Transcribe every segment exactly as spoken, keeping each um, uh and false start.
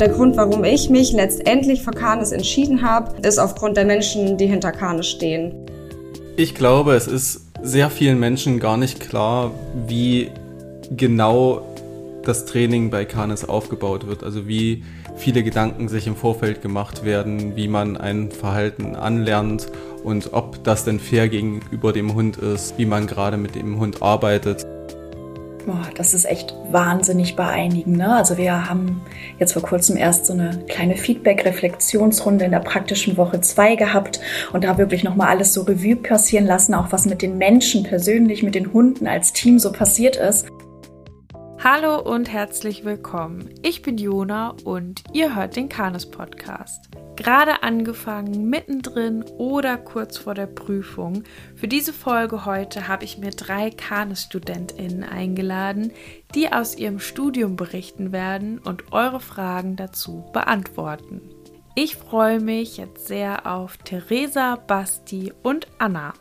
Der Grund, warum ich mich letztendlich für Canis entschieden habe, ist aufgrund der Menschen, die hinter Canis stehen. Ich glaube, es ist sehr vielen Menschen gar nicht klar, wie genau das Training bei Canis aufgebaut wird. Also wie viele Gedanken sich im Vorfeld gemacht werden, wie man ein Verhalten anlernt und ob das denn fair gegenüber dem Hund ist, wie man gerade mit dem Hund arbeitet. Boah, das ist echt wahnsinnig bei einigen, ne? Also wir haben jetzt vor kurzem erst so eine kleine Feedback-Reflexionsrunde in der praktischen Woche zwei gehabt und da wirklich nochmal alles so Revue passieren lassen, auch was mit den Menschen persönlich, mit den Hunden als Team so passiert ist. Hallo und herzlich willkommen. Ich bin Jona und ihr hört den Canis Podcast. Gerade angefangen, mittendrin oder kurz vor der Prüfung. Für diese Folge heute habe ich mir drei Canis-StudentInnen eingeladen, die aus ihrem Studium berichten werden und eure Fragen dazu beantworten. Ich freue mich jetzt sehr auf Theresa, Basti und Anna.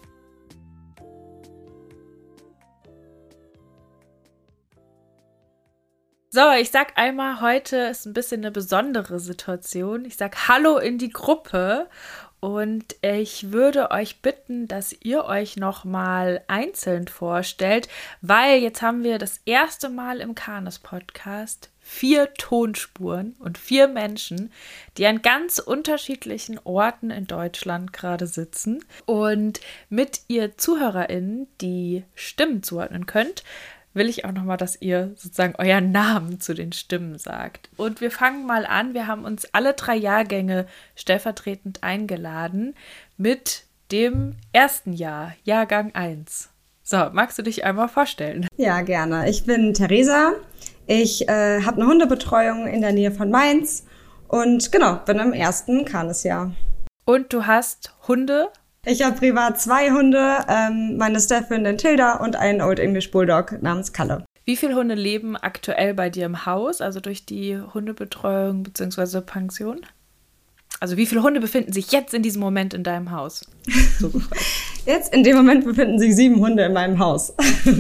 So, ich sag einmal, heute ist ein bisschen eine besondere Situation. Ich sag Hallo in die Gruppe und ich würde euch bitten, dass ihr euch nochmal einzeln vorstellt, weil jetzt haben wir das erste Mal im Canis Podcast vier Tonspuren und vier Menschen, die an ganz unterschiedlichen Orten in Deutschland gerade sitzen und mit ihr ZuhörerInnen die Stimmen zuordnen könnt, will ich auch nochmal, dass ihr sozusagen euren Namen zu den Stimmen sagt. Und wir fangen mal an. Wir haben uns alle drei Jahrgänge stellvertretend eingeladen mit dem ersten Jahr, Jahrgang eins. So, magst du dich einmal vorstellen? Ja, gerne. Ich bin Theresa. Ich äh, habe eine Hundebetreuung in der Nähe von Mainz und genau, bin im ersten Canis-Jahr. Und du hast Hunde? Ich habe privat zwei Hunde, ähm, meine Stephin, Tilda und einen Old English Bulldog namens Kalle. Wie viele Hunde leben aktuell bei dir im Haus, also durch die Hundebetreuung bzw. Pension? Also wie viele Hunde befinden sich jetzt in diesem Moment in deinem Haus? So gefragt. Jetzt in dem Moment befinden sich sieben Hunde in meinem Haus.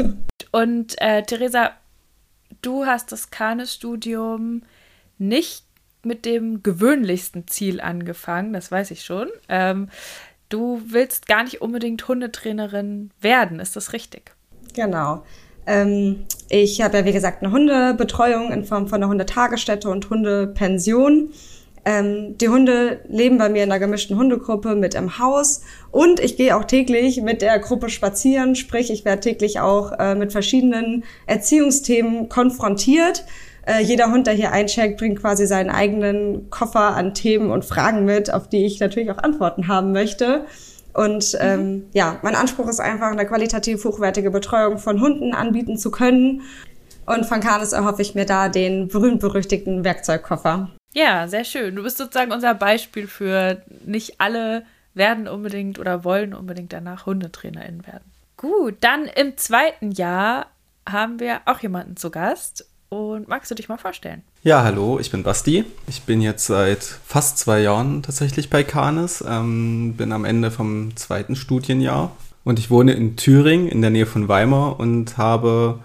Und äh, Theresa, du hast das Canis-Studium nicht mit dem gewöhnlichsten Ziel angefangen, das weiß ich schon. Ähm, Du willst gar nicht unbedingt Hundetrainerin werden, ist das richtig? Genau. Ähm, ich habe ja, wie gesagt, eine Hundebetreuung in Form von einer Hundetagesstätte und Hundepension. Ähm, die Hunde leben bei mir in einer gemischten Hundegruppe mit im Haus und ich gehe auch täglich mit der Gruppe spazieren, sprich, ich werde täglich auch äh, mit verschiedenen Erziehungsthemen konfrontiert. Äh, jeder Hund, der hier eincheckt, bringt quasi seinen eigenen Koffer an Themen und Fragen mit, auf die ich natürlich auch Antworten haben möchte. Und ähm, mhm. ja, mein Anspruch ist einfach, eine qualitativ hochwertige Betreuung von Hunden anbieten zu können. Und von Canis erhoffe ich mir da den berühmt-berüchtigten Werkzeugkoffer. Ja, sehr schön. Du bist sozusagen unser Beispiel für nicht alle werden unbedingt oder wollen unbedingt danach HundetrainerInnen werden. Gut, dann im zweiten Jahr haben wir auch jemanden zu Gast. Und magst du dich mal vorstellen? Ja, hallo, ich bin Basti. Ich bin jetzt seit fast zwei Jahren tatsächlich bei Canis. Ähm, bin am Ende vom zweiten Studienjahr. Und ich wohne in Thüringen in der Nähe von Weimar und habe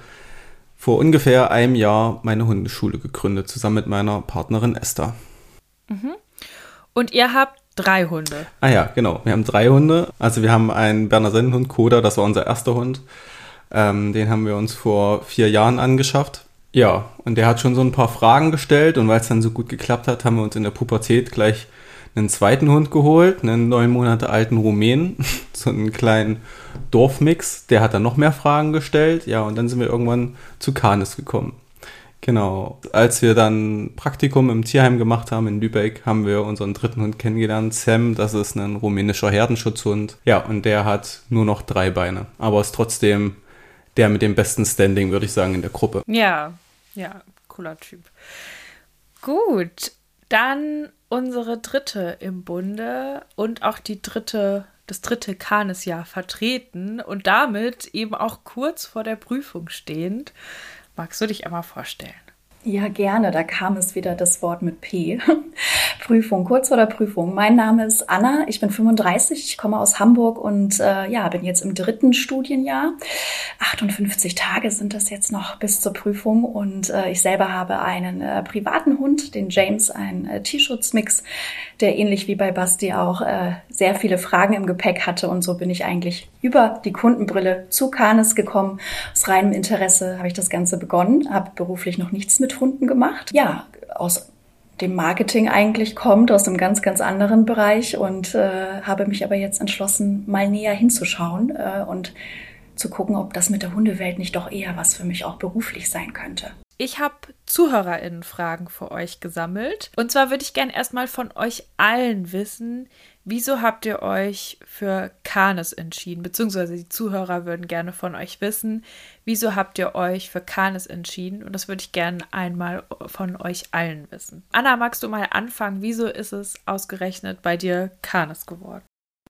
vor ungefähr einem Jahr meine Hundeschule gegründet, zusammen mit meiner Partnerin Esther. Mhm. Und ihr habt drei Hunde? Ah ja, genau. Wir haben drei Hunde. Also wir haben einen Berner Sennenhund, Koda, das war unser erster Hund. Ähm, den haben wir uns vor vier Jahren angeschafft. Ja, und der hat schon so ein paar Fragen gestellt und weil es dann so gut geklappt hat, haben wir uns in der Pubertät gleich einen zweiten Hund geholt, einen neun Monate alten Rumänen, so einen kleinen Dorfmix, der hat dann noch mehr Fragen gestellt, ja, und dann sind wir irgendwann zu Canis gekommen. Genau, als wir dann Praktikum im Tierheim gemacht haben in Lübeck, haben wir unseren dritten Hund kennengelernt, Sam, das ist ein rumänischer Herdenschutzhund, ja, und der hat nur noch drei Beine, aber ist trotzdem der mit dem besten Standing, würde ich sagen, in der Gruppe. Ja, ja, cooler Typ. Gut, dann unsere dritte im Bunde und auch die dritte, das dritte Canis-Jahr vertreten und damit eben auch kurz vor der Prüfung stehend. Magst du dich einmal vorstellen? Ja, gerne. Da kam es wieder das Wort mit P. Prüfung, kurz vor der Prüfung. Mein Name ist Anna, ich bin fünfunddreißig, ich komme aus Hamburg und äh, ja, bin jetzt im dritten Studienjahr. achtundfünfzig Tage sind das jetzt noch bis zur Prüfung und äh, ich selber habe einen äh, privaten Hund, den James, einen äh, Tierschutzmix, der ähnlich wie bei Basti auch äh, sehr viele Fragen im Gepäck hatte und so bin ich eigentlich über die Kundenbrille zu Canis gekommen. Aus reinem Interesse habe ich das Ganze begonnen, habe beruflich noch nichts mit Hunden gemacht. Ja, aus dem Marketing eigentlich kommt, aus einem ganz, ganz anderen Bereich und äh, habe mich aber jetzt entschlossen, mal näher hinzuschauen äh, und zu gucken, ob das mit der Hundewelt nicht doch eher was für mich auch beruflich sein könnte. Ich habe ZuhörerInnen-Fragen für euch gesammelt. Und zwar würde ich gerne erstmal von euch allen wissen, wieso habt ihr euch für Canis entschieden? Beziehungsweise die Zuhörer würden gerne von euch wissen, wieso habt ihr euch für Canis entschieden? Und das würde ich gerne einmal von euch allen wissen. Anna, magst du mal anfangen? Wieso ist es ausgerechnet bei dir Canis geworden?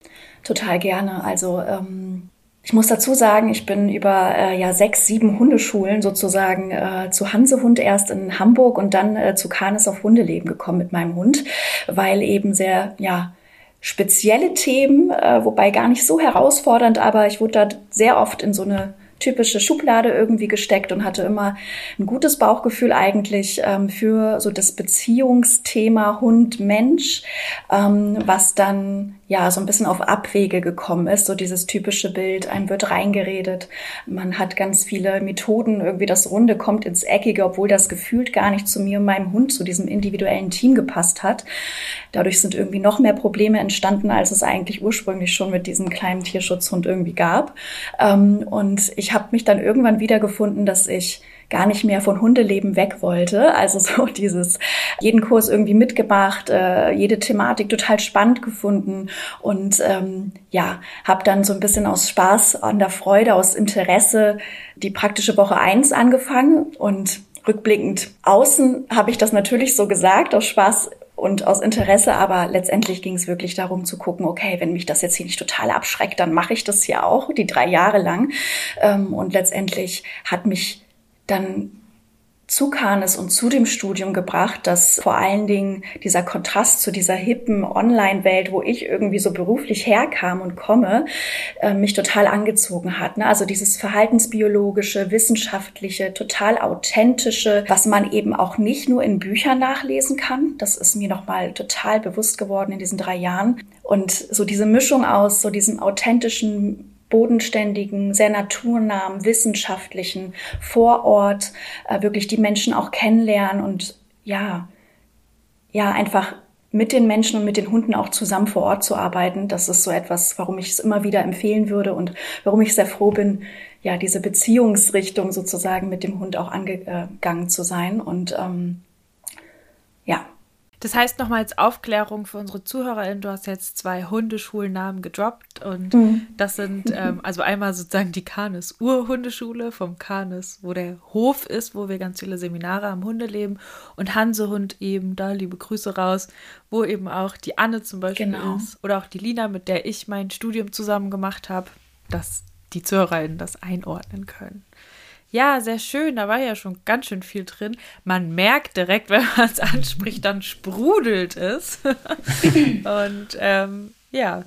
Total gerne. Also ähm Ich muss dazu sagen, ich bin über äh, ja sechs, sieben Hundeschulen sozusagen äh, zu Hansehund erst in Hamburg und dann äh, zu Canis auf Hundeleben gekommen mit meinem Hund, weil eben sehr ja spezielle Themen, äh, wobei gar nicht so herausfordernd, aber ich wurde da sehr oft in so eine typische Schublade irgendwie gesteckt und hatte immer ein gutes Bauchgefühl eigentlich ähm, für so das Beziehungsthema Hund-Mensch, ähm, was dann ja so ein bisschen auf Abwege gekommen ist, so dieses typische Bild, einem wird reingeredet, man hat ganz viele Methoden, irgendwie das Runde kommt ins Eckige, obwohl das gefühlt gar nicht zu mir und meinem Hund, zu diesem individuellen Team gepasst hat. Dadurch sind irgendwie noch mehr Probleme entstanden, als es eigentlich ursprünglich schon mit diesem kleinen Tierschutzhund irgendwie gab. Ähm, und ich habe mich dann irgendwann wiedergefunden, dass ich gar nicht mehr von Hundeleben weg wollte. Also so dieses, jeden Kurs irgendwie mitgemacht, äh, jede Thematik total spannend gefunden und ähm, ja, habe dann so ein bisschen aus Spaß an der Freude, aus Interesse die praktische Woche eins angefangen und rückblickend außen habe ich das natürlich so gesagt, aus Spaß und aus Interesse, aber letztendlich ging es wirklich darum zu gucken, okay, wenn mich das jetzt hier nicht total abschreckt, dann mache ich das hier auch, die drei Jahre lang. Ähm, und letztendlich hat mich dann zu Canis und zu dem Studium gebracht, dass vor allen Dingen dieser Kontrast zu dieser hippen Online-Welt, wo ich irgendwie so beruflich herkam und komme, äh, mich total angezogen hat. Ne? Also dieses verhaltensbiologische, wissenschaftliche, total authentische, was man eben auch nicht nur in Büchern nachlesen kann. Das ist mir nochmal total bewusst geworden in diesen drei Jahren. Und so diese Mischung aus so diesem authentischen, bodenständigen, sehr naturnahen, wissenschaftlichen, vor Ort äh, wirklich die Menschen auch kennenlernen und ja, ja einfach mit den Menschen und mit den Hunden auch zusammen vor Ort zu arbeiten. Das ist so etwas, warum ich es immer wieder empfehlen würde und warum ich sehr froh bin, ja, diese Beziehungsrichtung sozusagen mit dem Hund auch angegangen zu sein und ähm, ja. Das heißt nochmal als Aufklärung für unsere ZuhörerInnen, du hast jetzt zwei Hundeschulnamen gedroppt und mhm. das sind ähm, also einmal sozusagen die Canis Urhundeschule vom Canis, wo der Hof ist, wo wir ganz viele Seminare am Hundeleben und Hansehund eben, da liebe Grüße raus, wo eben auch die Anne zum Beispiel genau. ist oder auch die Lina, mit der ich mein Studium zusammen gemacht habe, dass die ZuhörerInnen das einordnen können. Ja, sehr schön, da war ja schon ganz schön viel drin. Man merkt direkt, wenn man es anspricht, dann sprudelt es. Und ähm, ja.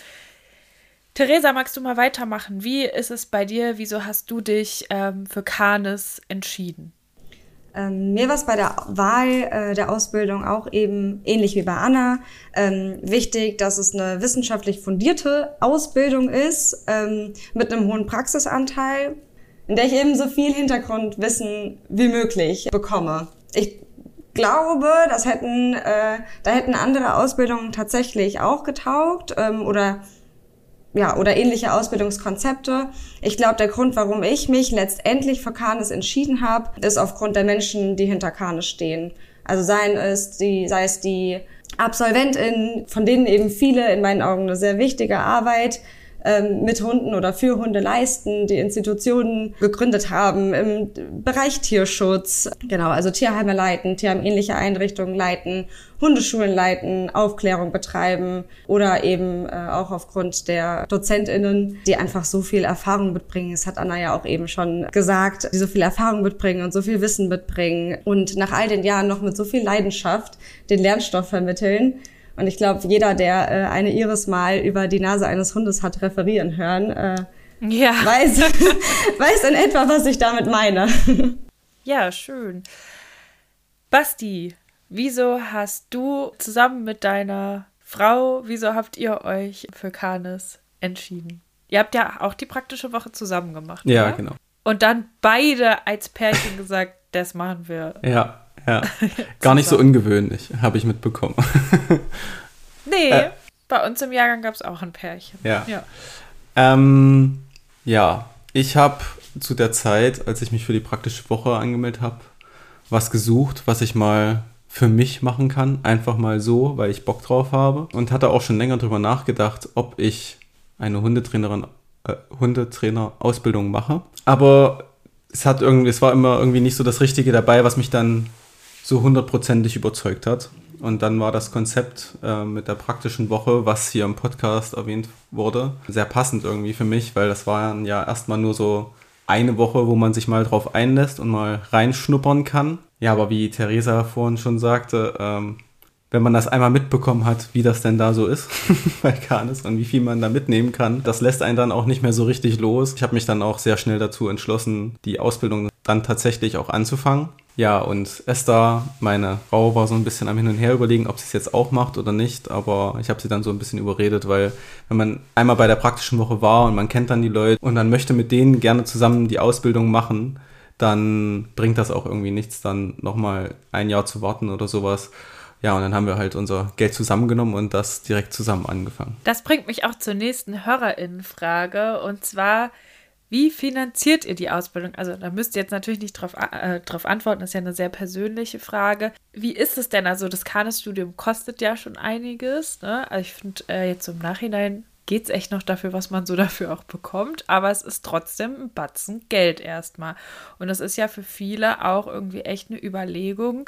Theresa, magst du mal weitermachen? Wie ist es bei dir? Wieso hast du dich ähm, für Canis entschieden? Ähm, mir war es bei der Wahl äh, der Ausbildung auch eben ähnlich wie bei Anna ähm, wichtig, dass es eine wissenschaftlich fundierte Ausbildung ist, ähm, mit einem hohen Praxisanteil, in der ich eben so viel Hintergrundwissen wie möglich bekomme. Ich glaube, das hätten, äh, da hätten andere Ausbildungen tatsächlich auch getaugt ähm, oder ja oder ähnliche Ausbildungskonzepte. Ich glaube, der Grund, warum ich mich letztendlich für Canis entschieden habe, ist aufgrund der Menschen, die hinter Canis stehen. Also seien es die, sei es die AbsolventInnen, von denen eben viele in meinen Augen eine sehr wichtige Arbeit ähm, mit Hunden oder für Hunde leisten, die Institutionen gegründet haben im Bereich Tierschutz. Genau, also Tierheime leiten, tierheimähnliche Einrichtungen leiten, Hundeschulen leiten, Aufklärung betreiben oder eben äh, auch aufgrund der DozentInnen, die einfach so viel Erfahrung mitbringen. Das hat Anna ja auch eben schon gesagt, die so viel Erfahrung mitbringen und so viel Wissen mitbringen und nach all den Jahren noch mit so viel Leidenschaft den Lernstoff vermitteln. Und ich glaube, jeder, der äh, eine Iris mal über die Nase eines Hundes hat referieren hören, äh, ja. weiß, weiß in etwa, was ich damit meine. Ja, schön. Basti, wieso hast du zusammen mit deiner Frau, wieso habt ihr euch für Canis entschieden? Ihr habt ja auch die praktische Woche zusammen gemacht, Ja, oder? genau. Und dann beide als Pärchen gesagt, das machen wir. Ja, ja. Gar nicht so ungewöhnlich, habe ich mitbekommen. Nee, äh, bei uns im Jahrgang gab es auch ein Pärchen. Ja. Ja, ähm, ja. ich habe zu der Zeit, als ich mich für die praktische Woche angemeldet habe, was gesucht, was ich mal für mich machen kann. Einfach mal so, weil ich Bock drauf habe. Und hatte auch schon länger drüber nachgedacht, ob ich eine Hundetrainerin, äh, Hundetrainer-Ausbildung mache. Aber es hat irgendwie, es war immer irgendwie nicht so das Richtige dabei, was mich dann so hundertprozentig überzeugt hat. Und dann war das Konzept äh, mit der praktischen Woche, was hier im Podcast erwähnt wurde, sehr passend irgendwie für mich, weil das war ja erstmal nur so eine Woche, wo man sich mal drauf einlässt und mal reinschnuppern kann. Ja, aber wie Theresa vorhin schon sagte, ähm, wenn man das einmal mitbekommen hat, wie das denn da so ist bei Canis und wie viel man da mitnehmen kann, das lässt einen dann auch nicht mehr so richtig los. Ich habe mich dann auch sehr schnell dazu entschlossen, die Ausbildung dann tatsächlich auch anzufangen. Ja, und Esther, meine Frau, war so ein bisschen am Hin und Her überlegen, ob sie es jetzt auch macht oder nicht, aber ich habe sie dann so ein bisschen überredet, weil wenn man einmal bei der praktischen Woche war und man kennt dann die Leute und dann möchte mit denen gerne zusammen die Ausbildung machen, dann bringt das auch irgendwie nichts, dann nochmal ein Jahr zu warten oder sowas. Ja, und dann haben wir halt unser Geld zusammengenommen und das direkt zusammen angefangen. Das bringt mich auch zur nächsten HörerInnenfrage, und zwar: Wie finanziert ihr die Ausbildung? Also da müsst ihr jetzt natürlich nicht drauf, äh, drauf antworten, das ist ja eine sehr persönliche Frage. Wie ist es denn? Also das Canis-Studium kostet ja schon einiges, ne? Also ich finde, äh, jetzt so im Nachhinein geht es echt noch dafür, was man so dafür auch bekommt, aber es ist trotzdem ein Batzen Geld erstmal. Und das ist ja für viele auch irgendwie echt eine Überlegung,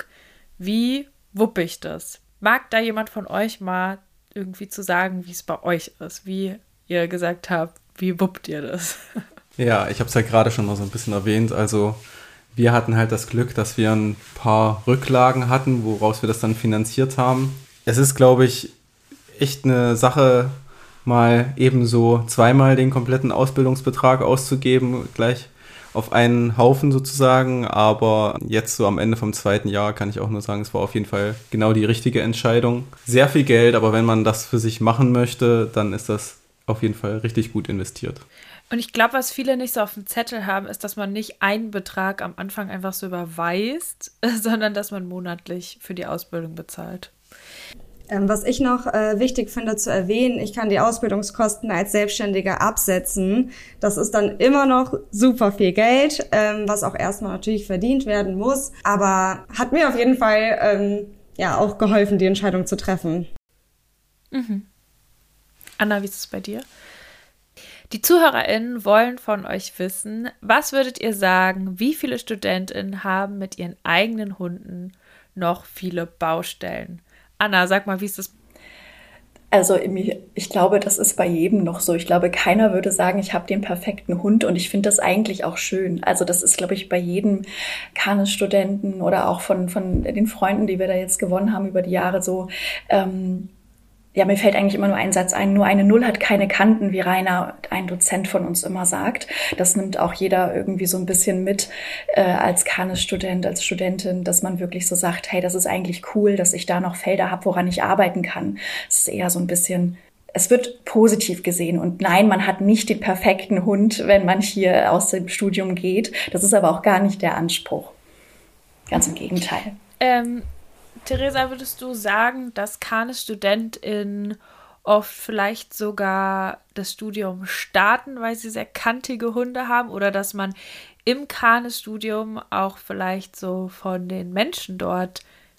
wie wuppe ich das? Mag da jemand von euch mal irgendwie zu sagen, wie es bei euch ist? Wie ihr gesagt habt, wie wuppt ihr das? Ja, ich habe es ja gerade schon mal so ein bisschen erwähnt. Also wir hatten halt das Glück, dass wir ein paar Rücklagen hatten, woraus wir das dann finanziert haben. Es ist, glaube ich, echt eine Sache, mal ebenso zweimal den kompletten Ausbildungsbetrag auszugeben, gleich auf einen Haufen sozusagen. Aber jetzt so am Ende vom zweiten Jahr kann ich auch nur sagen, es war auf jeden Fall genau die richtige Entscheidung. Sehr viel Geld, aber wenn man das für sich machen möchte, dann ist das auf jeden Fall richtig gut investiert. Und ich glaube, was viele nicht so auf dem Zettel haben, ist, dass man nicht einen Betrag am Anfang einfach so überweist, sondern dass man monatlich für die Ausbildung bezahlt. Ähm, was ich noch äh, wichtig finde zu erwähnen, ich kann die Ausbildungskosten als Selbstständiger absetzen. Das ist dann immer noch super viel Geld, ähm, was auch erstmal natürlich verdient werden muss. Aber hat mir auf jeden Fall ähm, ja auch geholfen, die Entscheidung zu treffen. Mhm. Anna, wie ist es bei dir? Die ZuhörerInnen wollen von euch wissen, was würdet ihr sagen, wie viele StudentInnen haben mit ihren eigenen Hunden noch viele Baustellen? Anna, sag mal, wie ist das? Also ich glaube, das ist bei jedem noch so. Ich glaube, keiner würde sagen, ich habe den perfekten Hund, und ich finde das eigentlich auch schön. Also das ist, glaube ich, bei jedem Canis-Studenten oder auch von, von den Freunden, die wir da jetzt gewonnen haben über die Jahre so. Ähm, Ja, mir fällt eigentlich immer nur ein Satz ein, nur eine Null hat keine Kanten, wie Rainer, ein Dozent von uns, immer sagt. Das nimmt auch jeder irgendwie so ein bisschen mit äh, als Canis-Student, als Studentin, dass man wirklich so sagt, hey, das ist eigentlich cool, dass ich da noch Felder habe, woran ich arbeiten kann. Es ist eher so ein bisschen, es wird positiv gesehen. Und nein, man hat nicht den perfekten Hund, wenn man hier aus dem Studium geht. Das ist aber auch gar nicht der Anspruch. Ganz im Gegenteil. Ähm... Theresa, würdest du sagen, dass Canis-StudentInnen oft vielleicht sogar das Studium starten, weil sie sehr kantige Hunde haben, oder dass man im Canis-Studium auch vielleicht so von den Menschen dort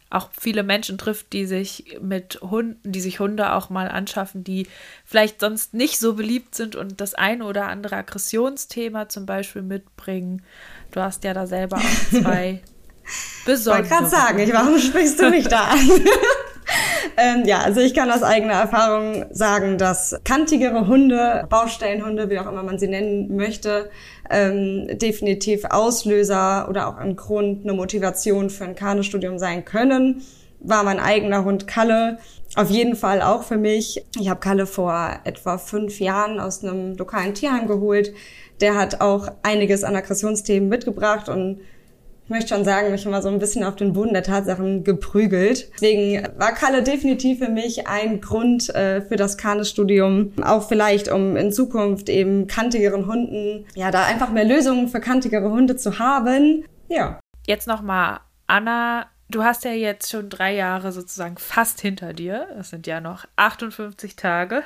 auch viele Menschen trifft, die sich mit Hunden, die sich Hunde auch mal anschaffen, die vielleicht sonst nicht so beliebt sind und das ein oder andere Aggressionsthema zum Beispiel mitbringen. Du hast ja da selber auch zwei besondere. Ich wollte gerade sagen, ich, warum sprichst du mich da an? ähm, ja, also ich kann aus eigener Erfahrung sagen, dass kantigere Hunde, Baustellenhunde, wie auch immer man sie nennen möchte, ähm, definitiv Auslöser oder auch ein Grund, eine Motivation für ein Kanustudium sein können. War mein eigener Hund Kalle auf jeden Fall auch für mich. Ich habe Kalle vor etwa fünf Jahren aus einem lokalen Tierheim geholt. Der hat auch einiges an Aggressionsthemen mitgebracht und ich möchte schon sagen, mich immer so ein bisschen auf den Boden der Tatsachen geprügelt. Deswegen war Kalle definitiv für mich ein Grund äh, für das Kanustudium. Auch vielleicht, um in Zukunft eben kantigeren Hunden, ja, da einfach mehr Lösungen für kantigere Hunde zu haben. Ja. Jetzt nochmal, Anna, du hast ja jetzt schon drei Jahre sozusagen fast hinter dir. Das sind ja noch achtundfünfzig Tage.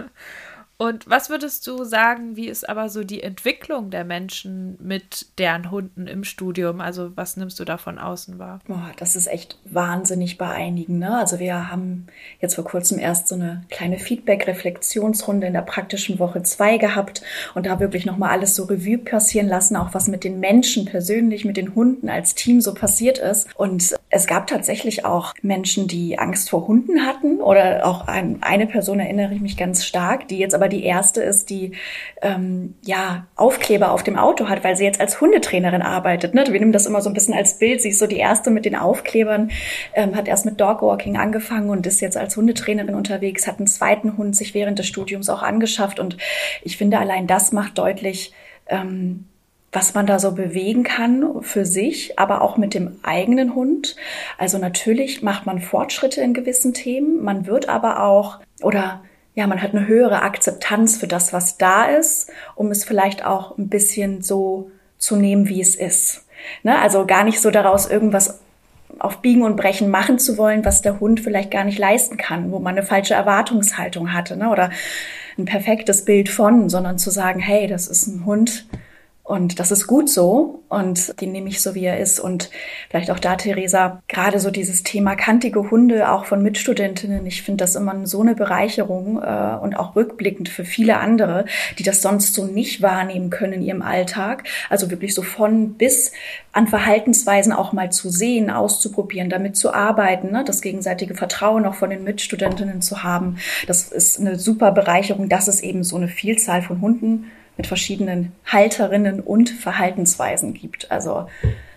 Und was würdest du sagen, wie ist aber so die Entwicklung der Menschen mit deren Hunden im Studium? Also was nimmst du da von außen wahr? Boah, das ist echt wahnsinnig bei einigen, ne? Also wir haben jetzt vor kurzem erst so eine kleine Feedback-Reflexionsrunde in der praktischen Woche zwei gehabt und da wirklich nochmal alles so Revue passieren lassen, auch was mit den Menschen persönlich, mit den Hunden als Team so passiert ist. Und es gab tatsächlich auch Menschen, die Angst vor Hunden hatten oder auch ein, eine Person erinnere ich mich ganz stark, die jetzt aber die erste ist, die ähm, ja Aufkleber auf dem Auto hat, weil sie jetzt als Hundetrainerin arbeitet. Ne? Wir nehmen das immer so ein bisschen als Bild. Sie ist so die erste mit den Aufklebern, ähm, hat erst mit Dogwalking angefangen und ist jetzt als Hundetrainerin unterwegs, hat einen zweiten Hund sich während des Studiums auch angeschafft. Und ich finde, allein das macht deutlich, ähm, was man da so bewegen kann für sich, aber auch mit dem eigenen Hund. Also natürlich macht man Fortschritte in gewissen Themen. Man wird aber auch, oder ja, man hat eine höhere Akzeptanz für das, was da ist, um es vielleicht auch ein bisschen so zu nehmen, wie es ist. Ne? Also gar nicht so daraus irgendwas auf Biegen und Brechen machen zu wollen, was der Hund vielleicht gar nicht leisten kann, wo man eine falsche Erwartungshaltung hatte, ne? Oder ein perfektes Bild von, sondern zu sagen, hey, das ist ein Hund, und das ist gut so und den nehme ich so, wie er ist. Und vielleicht auch da, Theresa, gerade so dieses Thema kantige Hunde, auch von Mitstudentinnen, ich finde das immer so eine Bereicherung äh, und auch rückblickend für viele andere, die das sonst so nicht wahrnehmen können in ihrem Alltag. Also wirklich so von bis an Verhaltensweisen auch mal zu sehen, auszuprobieren, damit zu arbeiten, ne? Das gegenseitige Vertrauen auch von den Mitstudentinnen zu haben. Das ist eine super Bereicherung, dass es eben so eine Vielzahl von Hunden mit verschiedenen Halterinnen und Verhaltensweisen gibt. Also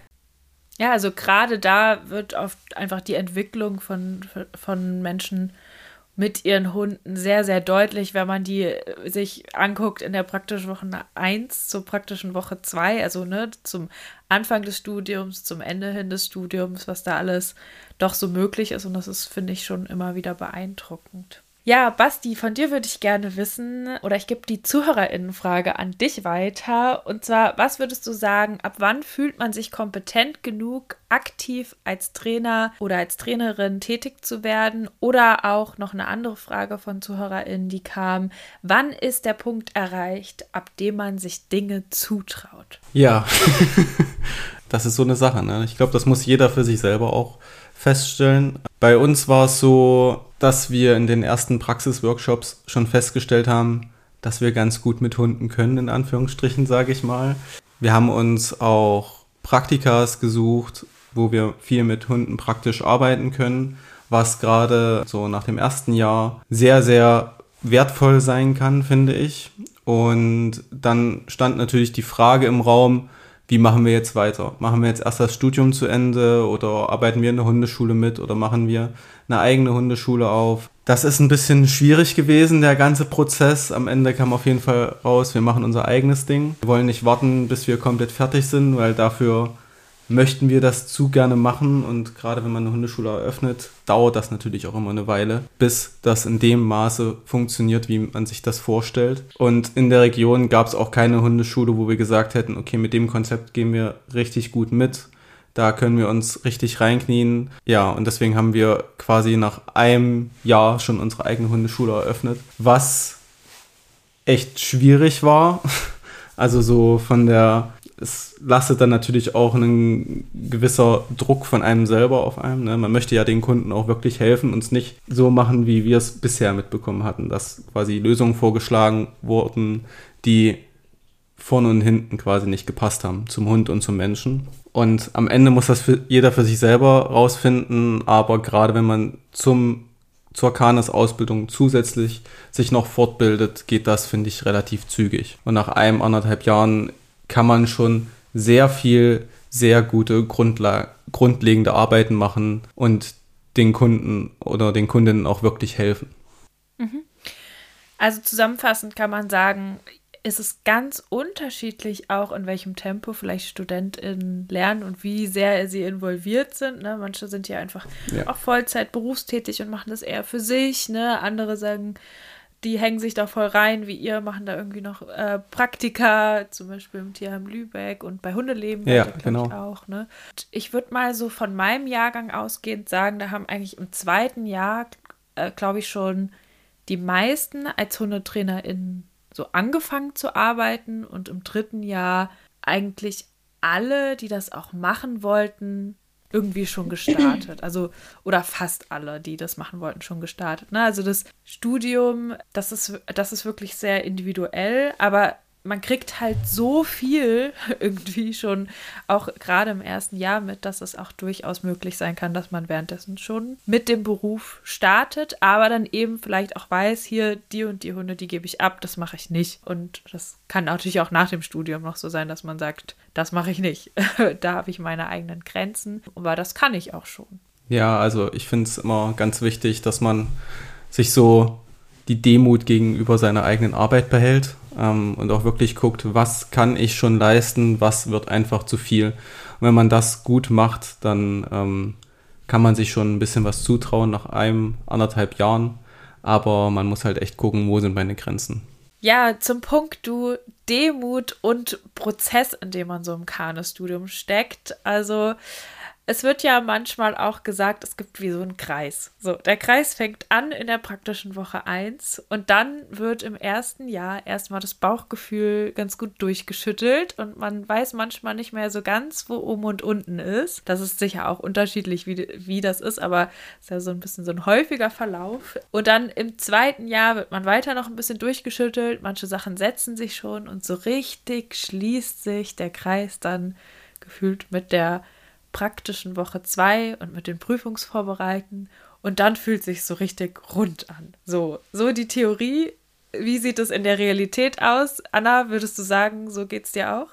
ja, also gerade da wird oft einfach die Entwicklung von, von Menschen mit ihren Hunden sehr, sehr deutlich, wenn man die sich anguckt in der praktischen Woche eins zur praktischen Woche zwei, also ne, zum Anfang des Studiums, zum Ende hin des Studiums, was da alles doch so möglich ist. Und das ist, finde ich, schon immer wieder beeindruckend. Ja, Basti, von dir würde ich gerne wissen, oder ich gebe die ZuhörerInnenfrage an dich weiter. Und zwar, was würdest du sagen, ab wann fühlt man sich kompetent genug, aktiv als Trainer oder als Trainerin tätig zu werden? Oder auch noch eine andere Frage von ZuhörerInnen, die kam, wann ist der Punkt erreicht, ab dem man sich Dinge zutraut? Ja, das ist so eine Sache, ne? Ich glaube, das muss jeder für sich selber auch feststellen. Bei uns war es so, dass wir in den ersten Praxisworkshops schon festgestellt haben, dass wir ganz gut mit Hunden können, in Anführungsstrichen, sage ich mal. Wir haben uns auch Praktikas gesucht, wo wir viel mit Hunden praktisch arbeiten können, was gerade so nach dem ersten Jahr sehr, sehr wertvoll sein kann, finde ich. Und dann stand natürlich die Frage im Raum, wie machen wir jetzt weiter? Machen wir jetzt erst das Studium zu Ende oder arbeiten wir in der Hundeschule mit oder machen wir eine eigene Hundeschule auf? Das ist ein bisschen schwierig gewesen, der ganze Prozess. Am Ende kam auf jeden Fall raus, wir machen unser eigenes Ding. Wir wollen nicht warten, bis wir komplett fertig sind, weil dafür möchten wir das zu gerne machen. Und gerade wenn man eine Hundeschule eröffnet, dauert das natürlich auch immer eine Weile, bis das in dem Maße funktioniert, wie man sich das vorstellt. Und in der Region gab es auch keine Hundeschule, wo wir gesagt hätten, okay, mit dem Konzept gehen wir richtig gut mit. Da können wir uns richtig reinknien. Ja, und deswegen haben wir quasi nach einem Jahr schon unsere eigene Hundeschule eröffnet, was echt schwierig war. Also so von der es lastet dann natürlich auch ein gewisser Druck von einem selber auf einem. Ne? Man möchte ja den Kunden auch wirklich helfen und es nicht so machen, wie wir es bisher mitbekommen hatten, dass quasi Lösungen vorgeschlagen wurden, die vorne und hinten quasi nicht gepasst haben zum Hund und zum Menschen. Und am Ende muss das für jeder für sich selber rausfinden, aber gerade wenn man zum zur Canis-Ausbildung zusätzlich sich noch fortbildet, geht das, finde ich, relativ zügig. Und nach einem, anderthalb Jahren kann man schon sehr viel, sehr gute Grundla- grundlegende Arbeiten machen und den Kunden oder den Kundinnen auch wirklich helfen. Also zusammenfassend kann man sagen, es ist ganz unterschiedlich auch, in welchem Tempo vielleicht StudentInnen lernen und wie sehr sie involviert sind. Ne? Manche sind ja einfach ja. auch Vollzeit berufstätig und machen das eher für sich. Ne? Andere sagen, die hängen sich da voll rein, wie ihr, machen da irgendwie noch äh, Praktika, zum Beispiel im Tierheim Lübeck und bei Hundeleben, ja, glaube genau. ich auch. Ne? Ich würde mal so von meinem Jahrgang ausgehend sagen, da haben eigentlich im zweiten Jahr, äh, glaube ich, schon die meisten als HundetrainerInnen so angefangen zu arbeiten und im dritten Jahr eigentlich alle, die das auch machen wollten, irgendwie schon gestartet. Also, oder fast alle, die das machen wollten, schon gestartet. Ne? Also das Studium, das ist, das ist wirklich sehr individuell, aber man kriegt halt so viel irgendwie schon auch gerade im ersten Jahr mit, dass es auch durchaus möglich sein kann, dass man währenddessen schon mit dem Beruf startet, aber dann eben vielleicht auch weiß, hier die und die Hunde, die gebe ich ab, das mache ich nicht. Und das kann natürlich auch nach dem Studium noch so sein, dass man sagt, das mache ich nicht. Da habe ich meine eigenen Grenzen, aber das kann ich auch schon. Ja, also ich finde es immer ganz wichtig, dass man sich so die Demut gegenüber seiner eigenen Arbeit behält ähm, und auch wirklich guckt, was kann ich schon leisten, was wird einfach zu viel. Und wenn man das gut macht, dann ähm, kann man sich schon ein bisschen was zutrauen nach einem, anderthalb Jahren, aber man muss halt echt gucken, wo sind meine Grenzen. Ja, zum Punkt, du, Demut und Prozess, in dem man so im Canis-Studium steckt. Also es wird ja manchmal auch gesagt, es gibt wie so einen Kreis. So, der Kreis fängt an in der praktischen Woche eins und dann wird im ersten Jahr erstmal das Bauchgefühl ganz gut durchgeschüttelt und man weiß manchmal nicht mehr so ganz, wo oben und unten ist. Das ist sicher auch unterschiedlich, wie, wie das ist, aber es ist ja so ein bisschen so ein häufiger Verlauf. Und dann im zweiten Jahr wird man weiter noch ein bisschen durchgeschüttelt, manche Sachen setzen sich schon und so richtig schließt sich der Kreis dann gefühlt mit der praktischen Woche zwei und mit den Prüfungsvorbereiten und dann fühlt sich so richtig rund an. So, so die Theorie. Wie sieht es in der Realität aus? Anna, würdest du sagen, so geht's dir auch?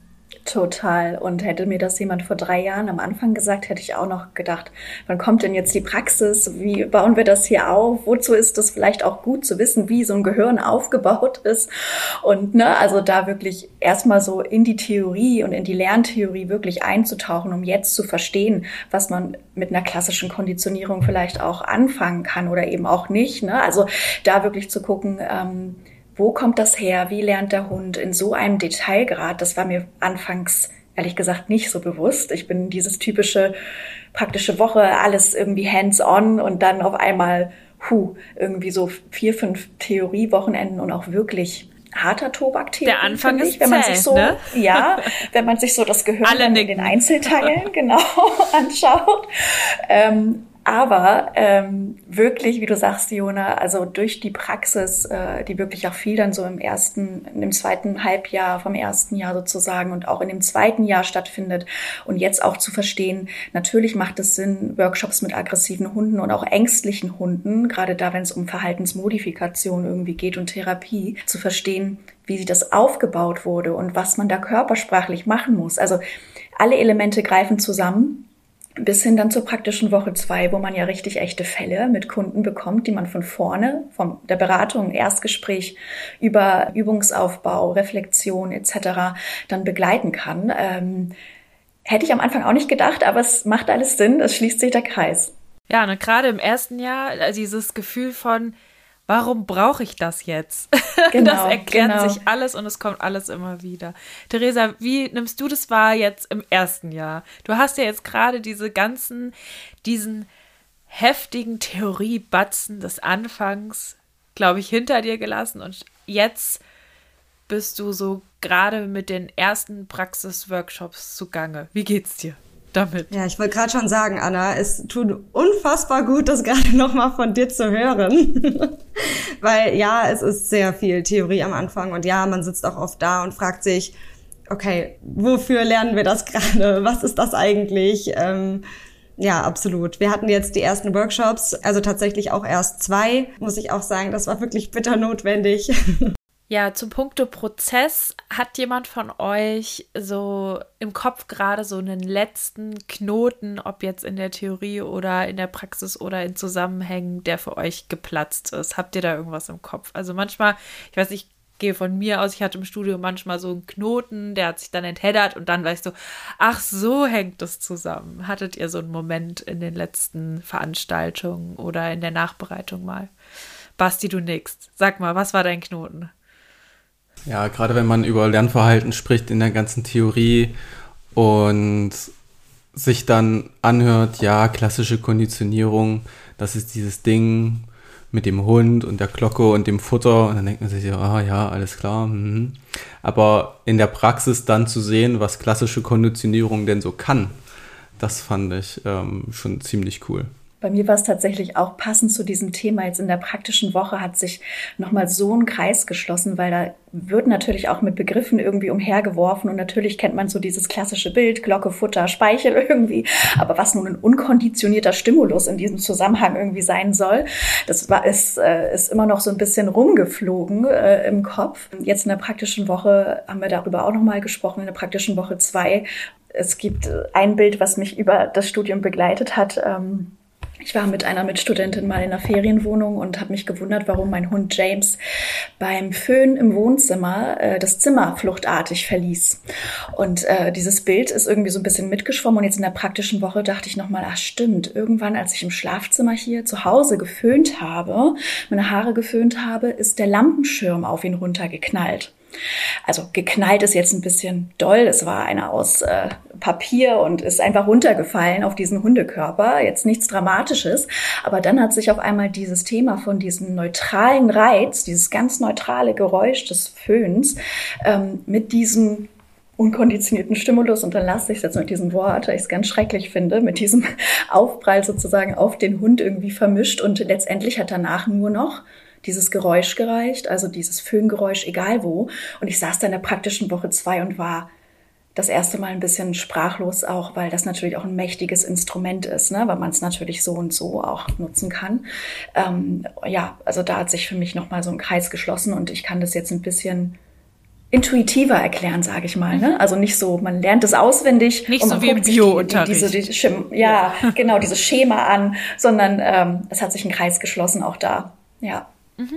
Total. Und hätte mir das jemand vor drei Jahren am Anfang gesagt, hätte ich auch noch gedacht, wann kommt denn jetzt die Praxis? Wie bauen wir das hier auf? Wozu ist das vielleicht auch gut zu wissen, wie so ein Gehirn aufgebaut ist? Und ne, also da wirklich erstmal so in die Theorie und in die Lerntheorie wirklich einzutauchen, um jetzt zu verstehen, was man mit einer klassischen Konditionierung vielleicht auch anfangen kann oder eben auch nicht. Ne? Also da wirklich zu gucken, ähm, wo kommt das her? Wie lernt der Hund in so einem Detailgrad? Das war mir anfangs ehrlich gesagt nicht so bewusst. Ich bin dieses typische praktische Woche, alles irgendwie hands-on und dann auf einmal, huh, irgendwie so vier, fünf Theoriewochenenden und auch wirklich harter Tobak-Theorie. Der Anfang ist ich, wenn man zäh, sich so, ne? Ja, wenn man sich so das Gehirn Alle in nicken. den Einzelteilen genau anschaut. Ähm, Aber ähm, wirklich, wie du sagst, Jona, also durch die Praxis, äh, die wirklich auch viel dann so im ersten, in dem zweiten Halbjahr vom ersten Jahr sozusagen und auch in dem zweiten Jahr stattfindet und jetzt auch zu verstehen, natürlich macht es Sinn, Workshops mit aggressiven Hunden und auch ängstlichen Hunden, gerade da, wenn es um Verhaltensmodifikation irgendwie geht und Therapie, zu verstehen, wie das aufgebaut wurde und was man da körpersprachlich machen muss. Also alle Elemente greifen zusammen. Bis hin dann zur praktischen Woche zwei, wo man ja richtig echte Fälle mit Kunden bekommt, die man von vorne, von der Beratung, Erstgespräch über Übungsaufbau, Reflexion et cetera dann begleiten kann. Ähm, hätte ich am Anfang auch nicht gedacht, aber es macht alles Sinn, es schließt sich der Kreis. Ja, und gerade im ersten Jahr dieses Gefühl von, warum brauche ich das jetzt? Genau, das erklärt genau. sich alles und es kommt alles immer wieder. Theresa, wie nimmst du das wahr jetzt im ersten Jahr? Du hast ja jetzt gerade diese ganzen, diesen heftigen Theoriebatzen des Anfangs, glaube ich, hinter dir gelassen und jetzt bist du so gerade mit den ersten Praxis-Workshops zugange? Wie geht's dir damit? Ja, ich wollte gerade schon sagen, Anna, es tut unfassbar gut, das gerade nochmal von dir zu hören. Weil ja, es ist sehr viel Theorie am Anfang und ja, man sitzt auch oft da und fragt sich, okay, wofür lernen wir das gerade? Was ist das eigentlich? Ähm, ja, absolut. Wir hatten jetzt die ersten Workshops, also tatsächlich auch erst zwei, muss ich auch sagen, das war wirklich bitter notwendig. Ja, zum Punkte Prozess, hat jemand von euch so im Kopf gerade so einen letzten Knoten, ob jetzt in der Theorie oder in der Praxis oder in Zusammenhängen, der für euch geplatzt ist? Habt ihr da irgendwas im Kopf? Also manchmal, ich weiß nicht, ich gehe von mir aus, ich hatte im Studio manchmal so einen Knoten, der hat sich dann entheddert und dann war ich so, ach, so hängt das zusammen. Hattet ihr so einen Moment in den letzten Veranstaltungen oder in der Nachbereitung mal? Basti, du nix. Sag mal, was war dein Knoten? Ja, gerade wenn man über Lernverhalten spricht in der ganzen Theorie und sich dann anhört, ja, klassische Konditionierung, das ist dieses Ding mit dem Hund und der Glocke und dem Futter und dann denkt man sich, ah ja, alles klar. Mhm. Aber in der Praxis dann zu sehen, was klassische Konditionierung denn so kann, das fand ich ähm, schon ziemlich cool. Bei mir war es tatsächlich auch passend zu diesem Thema. Jetzt in der praktischen Woche hat sich nochmal so ein Kreis geschlossen, weil da wird natürlich auch mit Begriffen irgendwie umhergeworfen und natürlich kennt man so dieses klassische Bild, Glocke, Futter, Speichel irgendwie. Aber was nun ein unkonditionierter Stimulus in diesem Zusammenhang irgendwie sein soll, das war, ist, äh, ist immer noch so ein bisschen rumgeflogen äh, im Kopf. Jetzt in der praktischen Woche haben wir darüber auch nochmal gesprochen, in der praktischen Woche zwei. Es gibt ein Bild, was mich über das Studium begleitet hat. Ähm, Ich war mit einer Mitstudentin mal in einer Ferienwohnung und habe mich gewundert, warum mein Hund James beim Föhn im Wohnzimmer äh, das Zimmer fluchtartig verließ. Und äh, dieses Bild ist irgendwie so ein bisschen mitgeschwommen. Und jetzt in der praktischen Woche dachte ich nochmal, ach stimmt, irgendwann, als ich im Schlafzimmer hier zu Hause geföhnt habe, meine Haare geföhnt habe, ist der Lampenschirm auf ihn runtergeknallt. Also geknallt ist jetzt ein bisschen doll. Es war einer aus äh, Papier und ist einfach runtergefallen auf diesen Hundekörper. Jetzt nichts Dramatisches. Aber dann hat sich auf einmal dieses Thema von diesem neutralen Reiz, dieses ganz neutrale Geräusch des Föhns ähm, mit diesem unkonditionierten Stimulus, und dann lasse ich es jetzt mit diesem Wort, weil ich es ganz schrecklich finde, mit diesem Aufprall sozusagen auf den Hund irgendwie vermischt. Und letztendlich hat danach nur noch dieses Geräusch gereicht, also dieses Föhngeräusch, egal wo. Und ich saß da in der praktischen Woche zwei und war das erste Mal ein bisschen sprachlos auch, weil das natürlich auch ein mächtiges Instrument ist, ne? Weil man es natürlich so und so auch nutzen kann. Ähm, ja, also da hat sich für mich nochmal so ein Kreis geschlossen und ich kann das jetzt ein bisschen intuitiver erklären, sage ich mal. Ne? Also nicht so, man lernt es auswendig. Nicht so wie im Bio-Unterricht. Die, die, diese, die, ja, ja, genau, dieses Schema an, sondern ähm, es hat sich ein Kreis geschlossen auch da. Ja.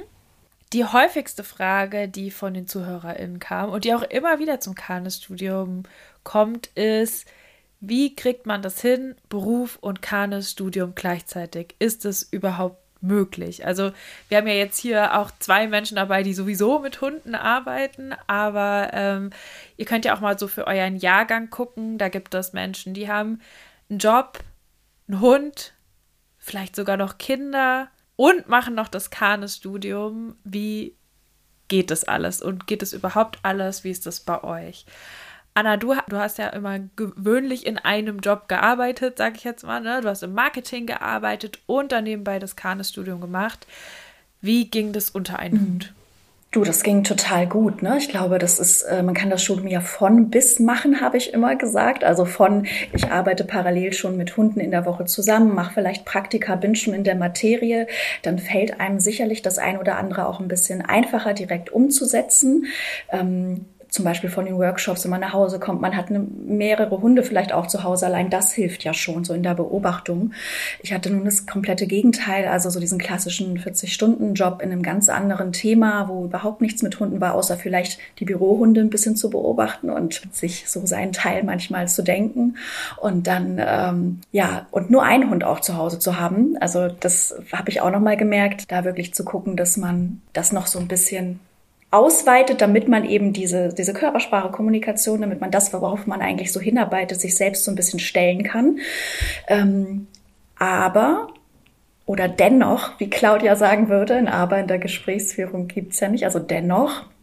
Die häufigste Frage, die von den ZuhörerInnen kam und die auch immer wieder zum Kanes-Studium kommt, ist, wie kriegt man das hin, Beruf und Kanes-Studium gleichzeitig? Ist es überhaupt möglich? Also wir haben ja jetzt hier auch zwei Menschen dabei, die sowieso mit Hunden arbeiten, aber ähm, ihr könnt ja auch mal so für euren Jahrgang gucken, da gibt es Menschen, die haben einen Job, einen Hund, vielleicht sogar noch Kinder und machen noch das Kanes-Studium. Wie geht das alles? Und geht es überhaupt alles? Wie ist das bei euch? Anna, du, du hast ja immer gewöhnlich in einem Job gearbeitet, sag ich jetzt mal. Ne? Du hast im Marketing gearbeitet und dann nebenbei das Kanes-Studium gemacht. Wie ging das unter einen Hut? Du, das ging total gut, ne? Ich glaube, das ist, äh, man kann das Studium ja von bis machen, habe ich immer gesagt. Also von, ich arbeite parallel schon mit Hunden in der Woche zusammen, mache vielleicht Praktika, bin schon in der Materie. Dann fällt einem sicherlich das ein oder andere auch ein bisschen einfacher direkt umzusetzen. Ähm, Zum Beispiel von den Workshops, wenn man nach Hause kommt, man hat eine, mehrere Hunde vielleicht auch zu Hause, allein das hilft ja schon so in der Beobachtung. Ich hatte nun das komplette Gegenteil, also so diesen klassischen vierzig-Stunden-Job in einem ganz anderen Thema, wo überhaupt nichts mit Hunden war, außer vielleicht die Bürohunde ein bisschen zu beobachten und sich so seinen Teil manchmal zu denken. Und dann, ähm, ja, und nur einen Hund auch zu Hause zu haben. Also das habe ich auch nochmal gemerkt, da wirklich zu gucken, dass man das noch so ein bisschen ausweitet, damit man eben diese, diese Körpersprache, Kommunikation, damit man das, worauf man eigentlich so hinarbeitet, sich selbst so ein bisschen stellen kann. Ähm, aber, oder dennoch, wie Claudia sagen würde, ein Aber in der Gesprächsführung gibt's ja nicht, also dennoch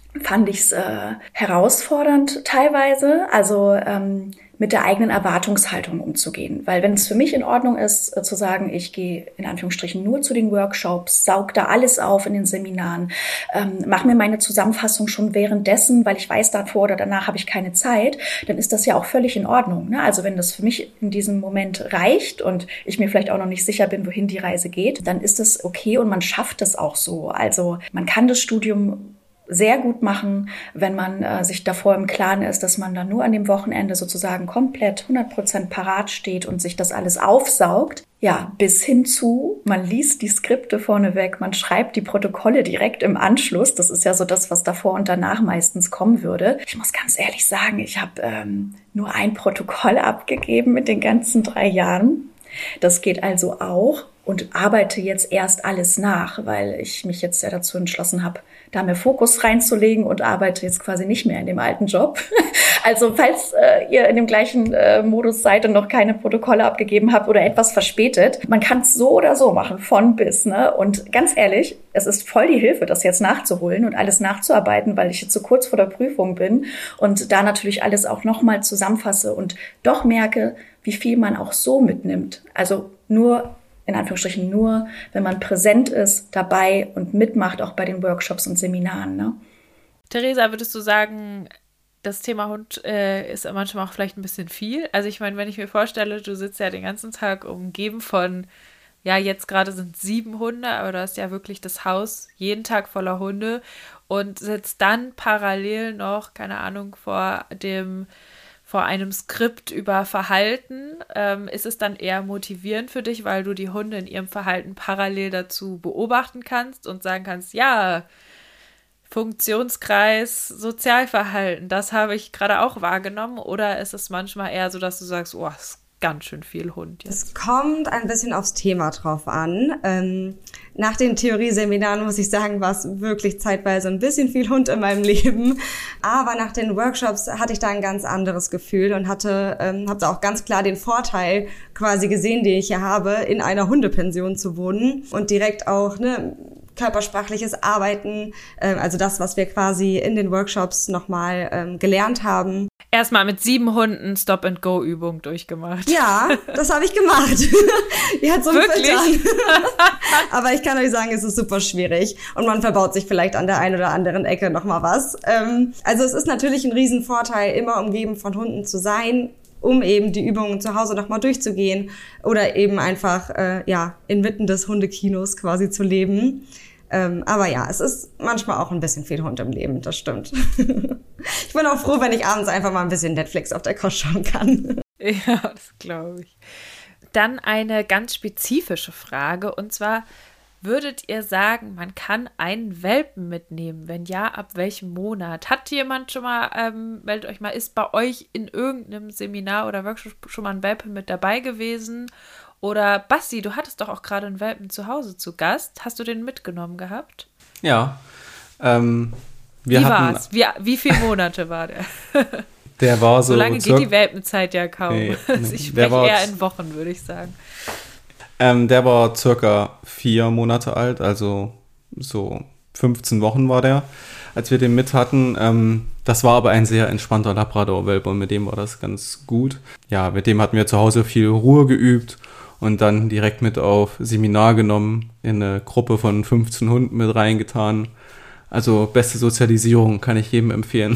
fand ich es äh, herausfordernd teilweise, also ähm, mit der eigenen Erwartungshaltung umzugehen. Weil wenn es für mich in Ordnung ist, äh, zu sagen, ich gehe in Anführungsstrichen nur zu den Workshops, saug da alles auf in den Seminaren, ähm, mache mir meine Zusammenfassung schon währenddessen, weil ich weiß, davor oder danach habe ich keine Zeit, dann ist das ja auch völlig in Ordnung. Ne? Also wenn das für mich in diesem Moment reicht und ich mir vielleicht auch noch nicht sicher bin, wohin die Reise geht, dann ist das okay und man schafft es auch so. Also man kann das Studium sehr gut machen, wenn man äh, sich davor im Klaren ist, dass man dann nur an dem Wochenende sozusagen komplett hundert Prozent parat steht und sich das alles aufsaugt. Ja, bis hin zu, man liest die Skripte vorneweg, man schreibt die Protokolle direkt im Anschluss. Das ist ja so das, was davor und danach meistens kommen würde. Ich muss ganz ehrlich sagen, ich habe ähm, nur ein Protokoll abgegeben mit den ganzen drei Jahren. Das geht also auch und arbeite jetzt erst alles nach, weil ich mich jetzt ja dazu entschlossen habe, da mehr Fokus reinzulegen und arbeite jetzt quasi nicht mehr in dem alten Job. Also falls äh, ihr in dem gleichen äh, Modus seid und noch keine Protokolle abgegeben habt oder etwas verspätet, man kann es so oder so machen, von bis. Ne? Und ganz ehrlich, es ist voll die Hilfe, das jetzt nachzuholen und alles nachzuarbeiten, weil ich jetzt so kurz vor der Prüfung bin und da natürlich alles auch nochmal zusammenfasse und doch merke, wie viel man auch so mitnimmt. Also nur in Anführungsstrichen nur, wenn man präsent ist, dabei und mitmacht, auch bei den Workshops und Seminaren. Ne? Theresa, würdest du sagen, das Thema Hund äh, ist manchmal auch vielleicht ein bisschen viel? Also ich meine, wenn ich mir vorstelle, du sitzt ja den ganzen Tag umgeben von, ja, jetzt gerade sind sieben Hunde, aber du hast ja wirklich das Haus jeden Tag voller Hunde und sitzt dann parallel noch, keine Ahnung, vor dem vor einem Skript über Verhalten, ähm, ist es dann eher motivierend für dich, weil du die Hunde in ihrem Verhalten parallel dazu beobachten kannst und sagen kannst, ja, Funktionskreis, Sozialverhalten, das habe ich gerade auch wahrgenommen, oder ist es manchmal eher so, dass du sagst, oh, das ist ganz schön viel Hund jetzt? Es kommt ein bisschen aufs Thema drauf an. Ähm, nach den Theorieseminaren, muss ich sagen, war es wirklich zeitweise ein bisschen viel Hund in meinem Leben. Aber nach den Workshops hatte ich da ein ganz anderes Gefühl und hatte, ähm, habe da auch ganz klar den Vorteil quasi gesehen, den ich hier habe, in einer Hundepension zu wohnen und direkt auch, ne, körpersprachliches Arbeiten, äh, also das, was wir quasi in den Workshops nochmal ähm, gelernt haben. Erstmal mit sieben Hunden Stop-and-Go-Übung durchgemacht. Ja, das habe ich gemacht. Die hat so Wirklich? Aber ich kann euch sagen, es ist super schwierig und man verbaut sich vielleicht an der einen oder anderen Ecke nochmal was. Ähm, also es ist natürlich ein Riesenvorteil, immer umgeben von Hunden zu sein, um eben die Übungen zu Hause nochmal durchzugehen oder eben einfach äh, ja inmitten des Hundekinos quasi zu leben. Ähm, aber ja, es ist manchmal auch ein bisschen viel Hund im Leben, das stimmt. Ich bin auch froh, wenn ich abends einfach mal ein bisschen Netflix auf der Couch schauen kann. Ja, das glaube ich. Dann eine ganz spezifische Frage, und zwar, würdet ihr sagen, man kann einen Welpen mitnehmen? Wenn ja, ab welchem Monat? Hat jemand schon mal, ähm, meldet euch mal, ist bei euch in irgendeinem Seminar oder Workshop schon mal ein Welpe mit dabei gewesen? Oder Basti, du hattest doch auch gerade einen Welpen zu Hause zu Gast. Hast du den mitgenommen gehabt? Ja. Ähm, wir wie hatten, war's? Wie, wie viele Monate war der? Der war so. So lange geht die Welpenzeit ja kaum. Nee, nee, ich spreche war eher in Wochen, würde ich sagen. Ähm, der war circa vier Monate alt, also so fünfzehn Wochen war der, als wir den mit hatten. Ähm, das war aber ein sehr entspannter Labrador-Welpe und mit dem war das ganz gut. Ja, mit dem hatten wir zu Hause viel Ruhe geübt und dann direkt mit auf Seminar genommen, in eine Gruppe von fünfzehn Hunden mit reingetan. Also beste Sozialisierung, kann ich jedem empfehlen.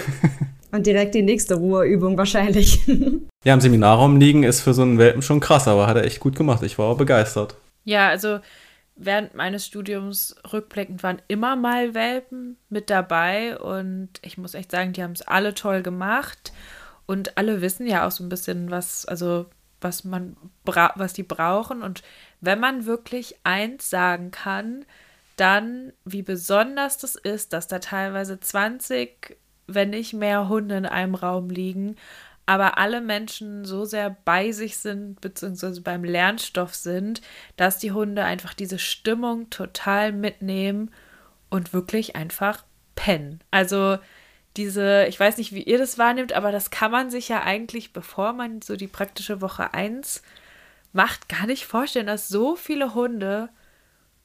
Und direkt die nächste Ruheübung wahrscheinlich. Ja, im Seminarraum liegen ist für so einen Welpen schon krass, aber hat er echt gut gemacht. Ich war auch begeistert. Ja, also während meines Studiums rückblickend waren immer mal Welpen mit dabei und ich muss echt sagen, die haben es alle toll gemacht und alle wissen ja auch so ein bisschen, was, also was man bra- was die brauchen, und wenn man wirklich eins sagen kann, dann wie besonders das ist, dass da teilweise zwanzig, wenn nicht mehr Hunde in einem Raum liegen, aber alle Menschen so sehr bei sich sind, beziehungsweise beim Lernstoff sind, dass die Hunde einfach diese Stimmung total mitnehmen und wirklich einfach pennen. Also diese, ich weiß nicht, wie ihr das wahrnehmt, aber das kann man sich ja eigentlich, bevor man so die praktische Woche eins macht, gar nicht vorstellen, dass so viele Hunde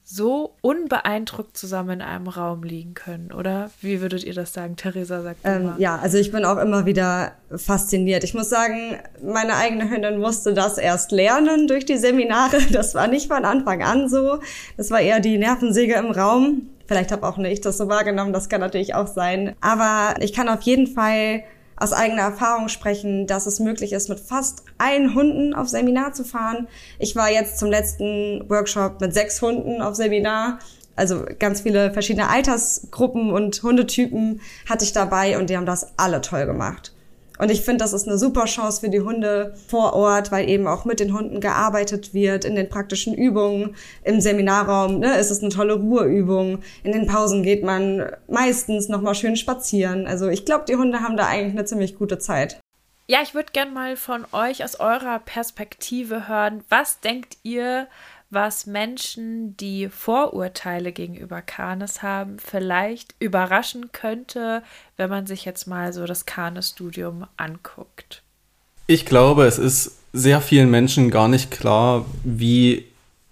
so unbeeindruckt zusammen in einem Raum liegen können, oder? Wie würdet ihr das sagen? Theresa sagt ähm, Ja, also ich bin auch immer wieder fasziniert. Ich muss sagen, meine eigene Hündin musste das erst lernen durch die Seminare. Das war nicht von Anfang an so. Das war eher die Nervensäge im Raum. Vielleicht habe auch nicht ich das so wahrgenommen, das kann natürlich auch sein. Aber ich kann auf jeden Fall aus eigener Erfahrung sprechen, dass es möglich ist, mit fast allen Hunden auf Seminar zu fahren. Ich war jetzt zum letzten Workshop mit sechs Hunden auf Seminar. Also ganz viele verschiedene Altersgruppen und Hundetypen hatte ich dabei und die haben das alle toll gemacht. Und ich finde, das ist eine super Chance für die Hunde vor Ort, weil eben auch mit den Hunden gearbeitet wird in den praktischen Übungen. Im Seminarraum ne, ist es eine tolle Ruheübung. In den Pausen geht man meistens noch mal schön spazieren. Also ich glaube, die Hunde haben da eigentlich eine ziemlich gute Zeit. Ja, ich würde gerne mal von euch aus eurer Perspektive hören. Was denkt ihr, was Menschen, die Vorurteile gegenüber Canis haben, vielleicht überraschen könnte, wenn man sich jetzt mal so das Canis-Studium anguckt? Ich glaube, es ist sehr vielen Menschen gar nicht klar, wie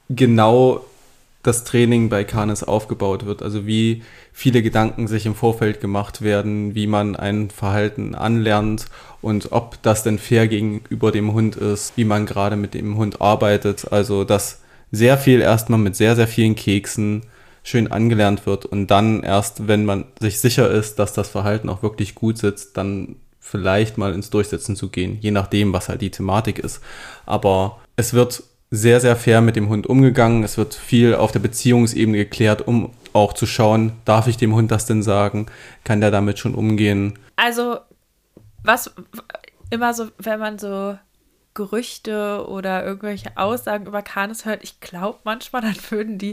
genau das Training bei Canis aufgebaut wird. Also wie viele Gedanken sich im Vorfeld gemacht werden, wie man ein Verhalten anlernt und ob das denn fair gegenüber dem Hund ist, wie man gerade mit dem Hund arbeitet. Also dass sehr viel erstmal mit sehr, sehr vielen Keksen schön angelernt wird und dann erst, wenn man sich sicher ist, dass das Verhalten auch wirklich gut sitzt, dann vielleicht mal ins Durchsetzen zu gehen, je nachdem, was halt die Thematik ist. Aber es wird sehr, sehr fair mit dem Hund umgegangen. Es wird viel auf der Beziehungsebene geklärt, um auch zu schauen, darf ich dem Hund das denn sagen? Kann der damit schon umgehen? Also, was immer so, wenn man so Gerüchte oder irgendwelche Aussagen über Canis hört, ich glaube manchmal, dann würden die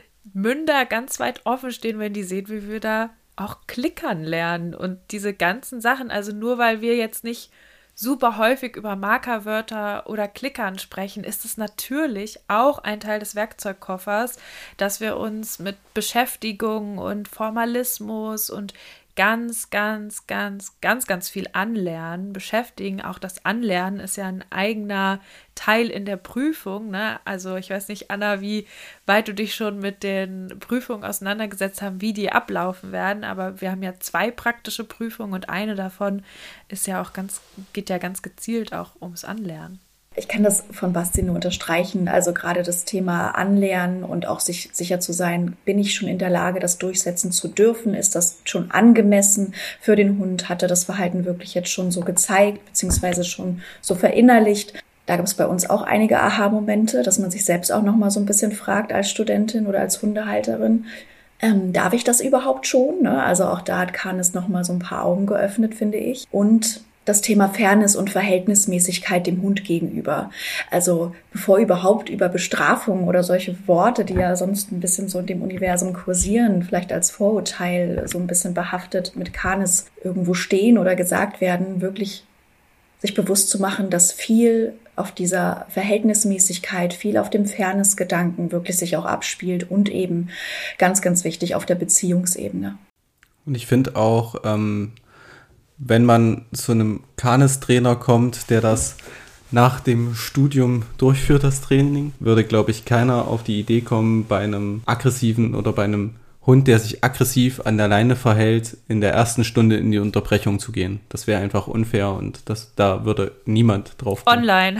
Münder ganz weit offen stehen, wenn die sehen, wie wir da auch klickern lernen und diese ganzen Sachen. Also nur weil wir jetzt nicht super häufig über Markerwörter oder Klickern sprechen, ist es natürlich auch ein Teil des Werkzeugkoffers, dass wir uns mit Beschäftigung und Formalismus und ganz, ganz, ganz, ganz, ganz viel Anlernen beschäftigen. Auch das Anlernen ist ja ein eigener Teil in der Prüfung, ne? Also ich weiß nicht, Anna, wie weit du dich schon mit den Prüfungen auseinandergesetzt hast, wie die ablaufen werden, aber wir haben ja zwei praktische Prüfungen und eine davon ist ja auch ganz, geht ja ganz gezielt auch ums Anlernen. Ich kann das von Basti nur unterstreichen. Also gerade das Thema Anlernen und auch sich sicher zu sein, bin ich schon in der Lage, das durchsetzen zu dürfen? Ist das schon angemessen für den Hund? Hat er das Verhalten wirklich jetzt schon so gezeigt, beziehungsweise schon so verinnerlicht? Da gibt es bei uns auch einige Aha-Momente, dass man sich selbst auch nochmal so ein bisschen fragt als Studentin oder als Hundehalterin, ähm, darf ich das überhaupt schon? Ne? Also auch da hat Canis nochmal so ein paar Augen geöffnet, finde ich. Und das Thema Fairness und Verhältnismäßigkeit dem Hund gegenüber. Also bevor überhaupt über Bestrafung oder solche Worte, die ja sonst ein bisschen so in dem Universum kursieren, vielleicht als Vorurteil so ein bisschen behaftet mit Canis irgendwo stehen oder gesagt werden, wirklich sich bewusst zu machen, dass viel auf dieser Verhältnismäßigkeit, viel auf dem Fairness-Gedanken wirklich sich auch abspielt und eben ganz, ganz wichtig auf der Beziehungsebene. Und ich finde auch, ähm, wenn man zu einem Canis-Trainer kommt, der das nach dem Studium durchführt, das Training, würde, glaube ich, keiner auf die Idee kommen, bei einem aggressiven oder bei einem Hund, der sich aggressiv an der Leine verhält, in der ersten Stunde in die Unterbrechung zu gehen. Das wäre einfach unfair und das, da würde niemand drauf kommen. Online.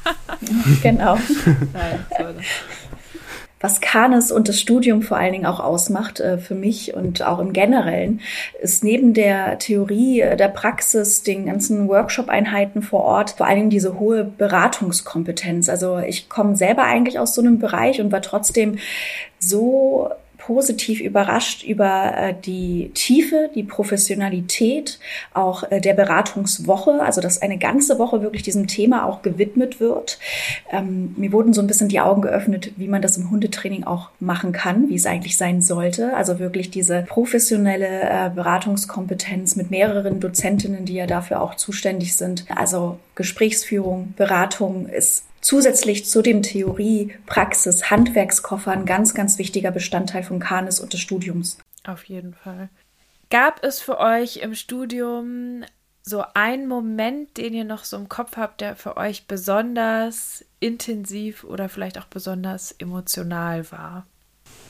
Genau. Nein, was Canis und das Studium vor allen Dingen auch ausmacht, äh, für mich und auch im Generellen, ist neben der Theorie, der Praxis, den ganzen Workshop-Einheiten vor Ort, vor allen Dingen diese hohe Beratungskompetenz. Also ich komme selber eigentlich aus so einem Bereich und war trotzdem so positiv überrascht über äh, die Tiefe, die Professionalität auch äh, der Beratungswoche, also dass eine ganze Woche wirklich diesem Thema auch gewidmet wird. Ähm, mir wurden so ein bisschen die Augen geöffnet, wie man das im Hundetraining auch machen kann, wie es eigentlich sein sollte. Also wirklich diese professionelle äh, Beratungskompetenz mit mehreren Dozentinnen, die ja dafür auch zuständig sind. Also Gesprächsführung, Beratung ist zusätzlich zu dem Theorie, Praxis, Handwerkskoffer ein ganz, ganz wichtiger Bestandteil von Canis und des Studiums. Auf jeden Fall. Gab es für euch im Studium so einen Moment, den ihr noch so im Kopf habt, der für euch besonders intensiv oder vielleicht auch besonders emotional war?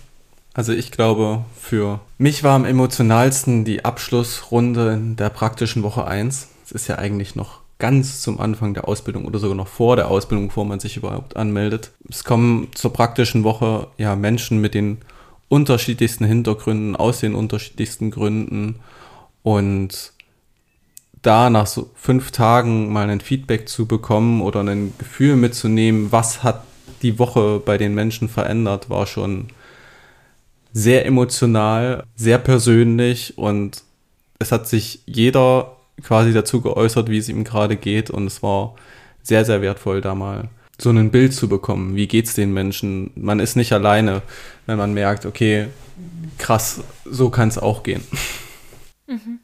Also ich glaube, für mich war am emotionalsten die Abschlussrunde in der praktischen Woche eins. Es ist ja eigentlich noch ganz zum Anfang der Ausbildung oder sogar noch vor der Ausbildung, bevor man sich überhaupt anmeldet. Es kommen zur praktischen Woche ja Menschen mit den unterschiedlichsten Hintergründen, aus den unterschiedlichsten Gründen. Und da nach so fünf Tagen mal ein Feedback zu bekommen oder ein Gefühl mitzunehmen, was hat die Woche bei den Menschen verändert, war schon sehr emotional, sehr persönlich und es hat sich jeder quasi dazu geäußert, wie es ihm gerade geht und es war sehr, sehr wertvoll, da mal so ein Bild zu bekommen. Wie geht's den Menschen? Man ist nicht alleine, wenn man merkt, okay, krass, so kann es auch gehen. Mhm.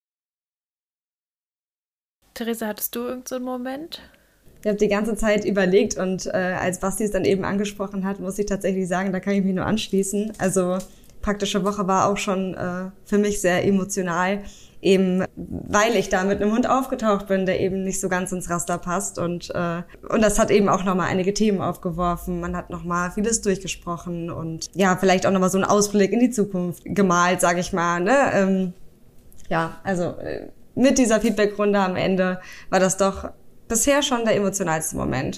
Theresa, hattest du irgend so einen Moment? Ich habe die ganze Zeit überlegt und äh, als Basti es dann eben angesprochen hat, muss ich tatsächlich sagen, da kann ich mich nur anschließen. Also praktische Woche war auch schon äh, für mich sehr emotional, eben weil ich da mit einem Hund aufgetaucht bin, der eben nicht so ganz ins Raster passt. Und äh, und das hat eben auch nochmal einige Themen aufgeworfen. Man hat nochmal vieles durchgesprochen und ja, vielleicht auch nochmal so einen Ausblick in die Zukunft gemalt, sage ich mal. Ne? Ähm, ja, also äh, mit dieser Feedbackrunde am Ende war das doch bisher schon der emotionalste Moment.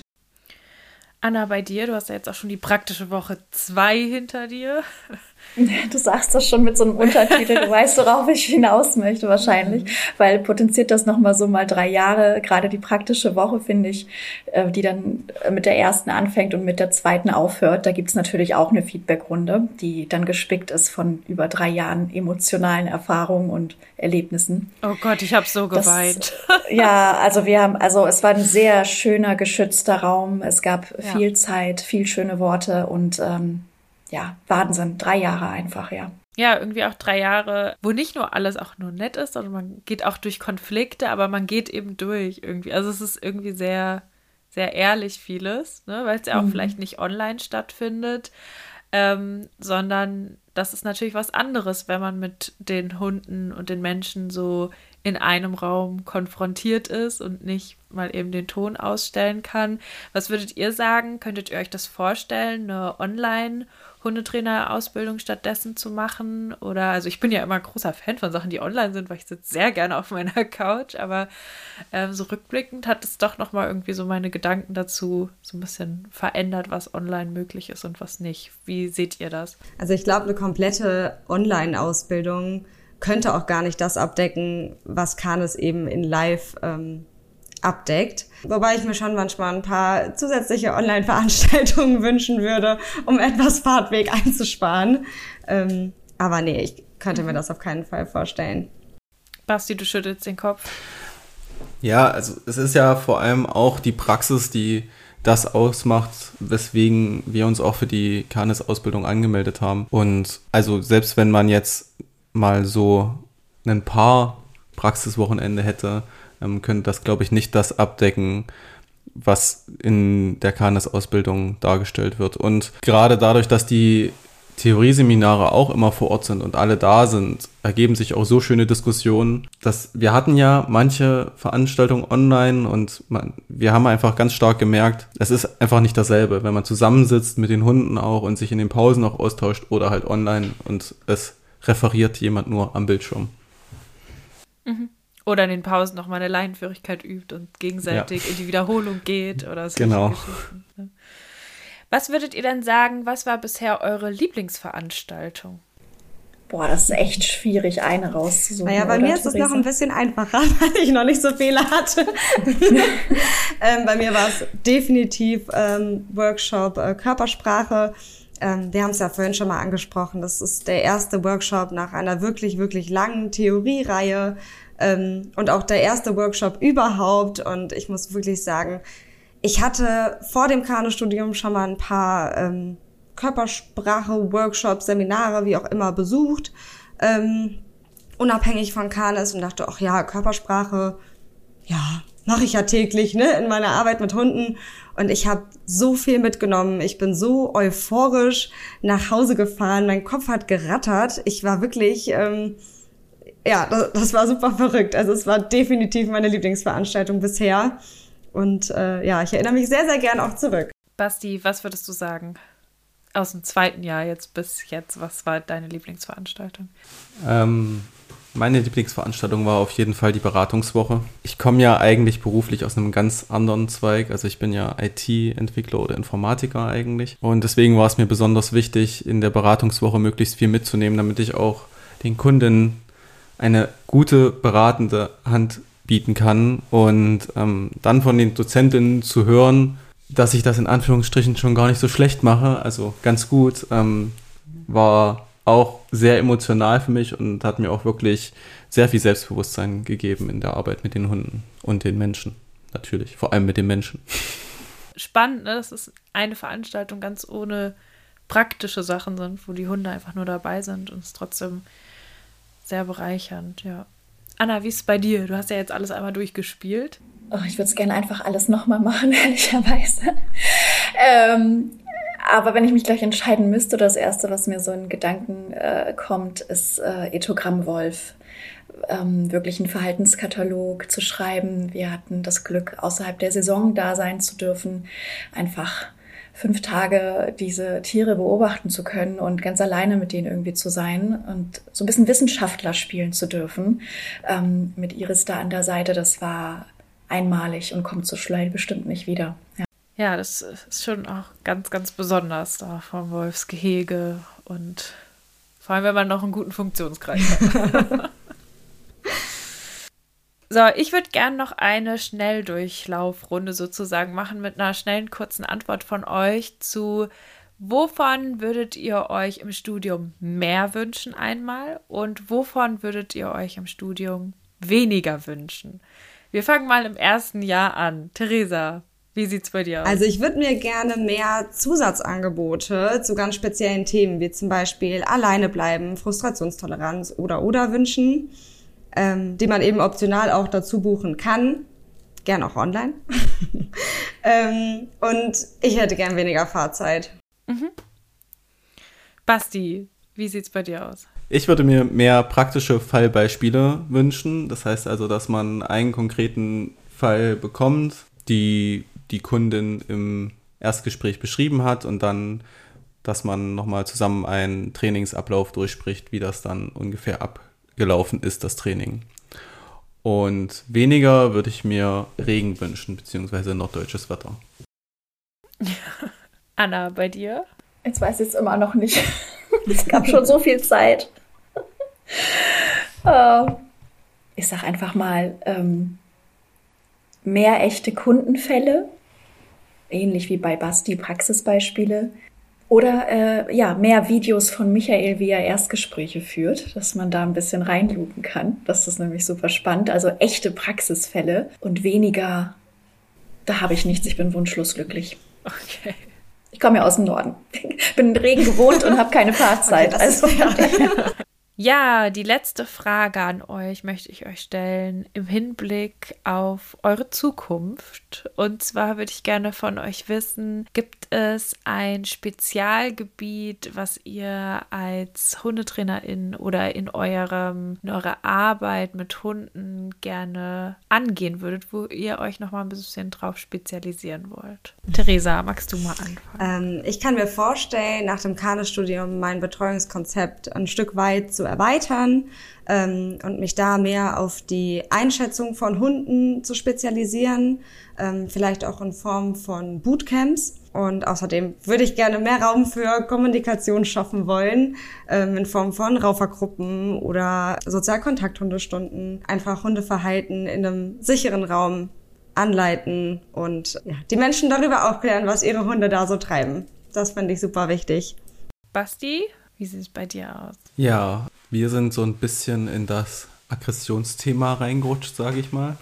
Anna, bei dir, du hast ja jetzt auch schon die praktische Woche zwei hinter dir. Du sagst das schon mit so einem Untertitel, du weißt, worauf ich hinaus möchte wahrscheinlich, mhm. weil potenziert das nochmal so mal drei Jahre, gerade die praktische Woche, finde ich, die dann mit der ersten anfängt und mit der zweiten aufhört. Da gibt's natürlich auch eine Feedbackrunde, die dann gespickt ist von über drei Jahren emotionalen Erfahrungen und Erlebnissen. Oh Gott, ich habe so geweint. Das, ja, also wir haben, also es war ein sehr schöner, geschützter Raum. Es gab ja. viel Zeit, viel schöne Worte und ähm, ja, Wahnsinn, drei Jahre einfach, ja. Ja, irgendwie auch drei Jahre, wo nicht nur alles auch nur nett ist, sondern man geht auch durch Konflikte, aber man geht eben durch irgendwie. Also es ist irgendwie sehr, sehr ehrlich vieles, ne? Weil es ja auch mhm. vielleicht nicht online stattfindet, ähm, sondern das ist natürlich was anderes, wenn man mit den Hunden und den Menschen so in einem Raum konfrontiert ist und nicht mal eben den Ton ausstellen kann. Was würdet ihr sagen? Könntet ihr euch das vorstellen, eine Online-Hundetrainer-Ausbildung stattdessen zu machen? Oder, also ich bin ja immer ein großer Fan von Sachen, die online sind, weil ich sitze sehr gerne auf meiner Couch, aber ähm, so rückblickend hat es doch nochmal irgendwie so meine Gedanken dazu so ein bisschen verändert, was online möglich ist und was nicht. Wie seht ihr das? Also ich glaube, eine komplette Online-Ausbildung könnte auch gar nicht das abdecken, was Canis eben in Live ähm, abdeckt. Wobei ich mir schon manchmal ein paar zusätzliche Online-Veranstaltungen wünschen würde, um etwas Fahrtweg einzusparen. Ähm, aber nee, ich könnte mir das auf keinen Fall vorstellen. Basti, du schüttelst den Kopf. Ja, also es ist ja vor allem auch die Praxis, die das ausmacht, weswegen wir uns auch für die Canis-Ausbildung angemeldet haben. Und also selbst wenn man jetzt mal so ein paar Praxiswochenende hätte, ähm, könnte das, glaube ich, nicht das abdecken, was in der Canis-Ausbildung dargestellt wird. Und gerade dadurch, dass die Theorieseminare auch immer vor Ort sind und alle da sind, ergeben sich auch so schöne Diskussionen, dass wir hatten ja manche Veranstaltungen online und man, wir haben einfach ganz stark gemerkt, es ist einfach nicht dasselbe, wenn man zusammensitzt mit den Hunden auch und sich in den Pausen auch austauscht oder halt online und es referiert jemand nur am Bildschirm. Mhm. Oder in den Pausen noch mal eine Leinenführigkeit übt und gegenseitig ja. in die Wiederholung geht oder so. Genau. Was würdet ihr denn sagen, was war bisher eure Lieblingsveranstaltung? Boah, das ist echt schwierig, eine rauszusuchen. Naja, bei mir ist es noch ein bisschen einfacher, weil ich noch nicht so viele hatte. ähm, bei mir war es definitiv ähm, Workshop äh, Körpersprache. Ähm, wir haben es ja vorhin schon mal angesprochen. Das ist der erste Workshop nach einer wirklich, wirklich langen Theoriereihe ähm, und auch der erste Workshop überhaupt. Und ich muss wirklich sagen, ich hatte vor dem Canis-Studium schon mal ein paar ähm, Körpersprache, Workshops, Seminare, wie auch immer besucht, ähm, unabhängig von Canis und dachte, ach ja, Körpersprache, ja, mache ich ja täglich, ne, in meiner Arbeit mit Hunden. Und ich habe so viel mitgenommen. Ich bin so euphorisch nach Hause gefahren. Mein Kopf hat gerattert. Ich war wirklich, ähm, ja, das, das war super verrückt. Also es war definitiv meine Lieblingsveranstaltung bisher. Und äh, ja, ich erinnere mich sehr, sehr gern auch zurück. Basti, was würdest du sagen? aus dem zweiten Jahr jetzt bis jetzt, was war deine Lieblingsveranstaltung? Ähm, meine Lieblingsveranstaltung war auf jeden Fall die Beratungswoche. Ich komme ja eigentlich beruflich aus einem ganz anderen Zweig. Also ich bin ja I T-Entwickler oder Informatiker eigentlich. Und deswegen war es mir besonders wichtig, in der Beratungswoche möglichst viel mitzunehmen, damit ich auch den Kunden eine gute beratende Hand bieten kann. Und ähm, dann von den Dozentinnen zu hören, dass ich das in Anführungsstrichen schon gar nicht so schlecht mache, also ganz gut, ähm, war auch sehr emotional für mich und hat mir auch wirklich sehr viel Selbstbewusstsein gegeben in der Arbeit mit den Hunden und den Menschen. Natürlich, vor allem mit den Menschen. Spannend, ne? Das ist eine Veranstaltung ganz ohne praktische Sachen sind, wo die Hunde einfach nur dabei sind und es ist trotzdem sehr bereichernd, ja. Anna, wie ist es bei dir? Du hast ja jetzt alles einmal durchgespielt. Oh, ich würde es gerne einfach alles nochmal machen, ehrlicherweise. ähm, aber wenn ich mich gleich entscheiden müsste, das Erste, was mir so in Gedanken äh, kommt, ist äh, Ethogramm Wolf. Ähm, wirklich einen Verhaltenskatalog zu schreiben. Wir hatten das Glück, außerhalb der Saison da sein zu dürfen, einfach fünf Tage diese Tiere beobachten zu können und ganz alleine mit denen irgendwie zu sein und so ein bisschen Wissenschaftler spielen zu dürfen. Ähm, mit Iris da an der Seite, das war einmalig und kommt so schnell bestimmt nicht wieder. Ja. Ja, das ist schon auch ganz, ganz besonders da vom Wolfsgehege und vor allem, wenn man noch einen guten Funktionskreis hat. So, ich würde gerne noch eine Schnelldurchlaufrunde sozusagen machen mit einer schnellen, kurzen Antwort von euch zu, wovon würdet ihr euch im Studium mehr wünschen einmal und wovon würdet ihr euch im Studium weniger wünschen? Wir fangen mal im ersten Jahr an. Theresa, wie sieht's bei dir aus? Also ich würde mir gerne mehr Zusatzangebote zu ganz speziellen Themen, wie zum Beispiel alleine bleiben, Frustrationstoleranz oder oder wünschen, ähm, die man eben optional auch dazu buchen kann. Gern auch online. ähm, und ich hätte gern weniger Fahrzeit. Mhm. Basti, wie sieht's bei dir aus? Ich würde mir mehr praktische Fallbeispiele wünschen. Das heißt also, dass man einen konkreten Fall bekommt, die die Kundin im Erstgespräch beschrieben hat und dann, dass man nochmal zusammen einen Trainingsablauf durchspricht, wie das dann ungefähr abgelaufen ist, das Training. Und weniger würde ich mir Regen wünschen, beziehungsweise norddeutsches Wetter. Anna, bei dir? Jetzt weiß ich es immer noch nicht. Es gab schon so viel Zeit. Ich sag einfach mal, ähm, mehr echte Kundenfälle, ähnlich wie bei Basti, Praxisbeispiele. Oder äh, ja, mehr Videos von Michael, wie er Erstgespräche führt, dass man da ein bisschen reinlupen kann. Das ist nämlich super spannend. Also echte Praxisfälle und weniger, da habe ich nichts, ich bin wunschlos glücklich. Okay. Ich komme ja aus dem Norden. Bin in Regen gewohnt und habe keine Fahrzeit. Okay, also ja, die letzte Frage an euch möchte ich euch stellen im Hinblick auf eure Zukunft. Und zwar würde ich gerne von euch wissen, gibt es ein Spezialgebiet, was ihr als Hundetrainerin oder in eurem in eurer Arbeit mit Hunden gerne angehen würdet, wo ihr euch noch mal ein bisschen drauf spezialisieren wollt? Theresa, magst du mal anfangen? Ähm, ich kann mir vorstellen, nach dem Kane-Studium mein Betreuungskonzept ein Stück weit zu erweitern ähm, und mich da mehr auf die Einschätzung von Hunden zu spezialisieren, ähm, vielleicht auch in Form von Bootcamps. Und außerdem würde ich gerne mehr Raum für Kommunikation schaffen wollen, ähm, in Form von Raufergruppen oder Sozialkontakthundestunden, einfach Hundeverhalten in einem sicheren Raum anleiten und ja, die Menschen darüber aufklären, was ihre Hunde da so treiben. Das finde ich super wichtig. Basti, wie sieht es bei dir aus? Ja, wir sind so ein bisschen in das Aggressionsthema reingerutscht, sage ich mal.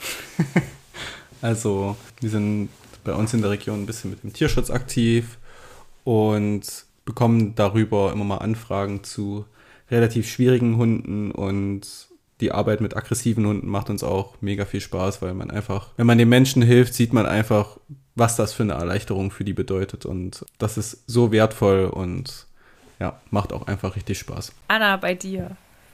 Also wir sind bei uns in der Region ein bisschen mit dem Tierschutz aktiv und bekommen darüber immer mal Anfragen zu relativ schwierigen Hunden, und die Arbeit mit aggressiven Hunden macht uns auch mega viel Spaß, weil man einfach, wenn man den Menschen hilft, sieht man einfach, was das für eine Erleichterung für die bedeutet, und das ist so wertvoll und ja, macht auch einfach richtig Spaß. Anna, bei dir?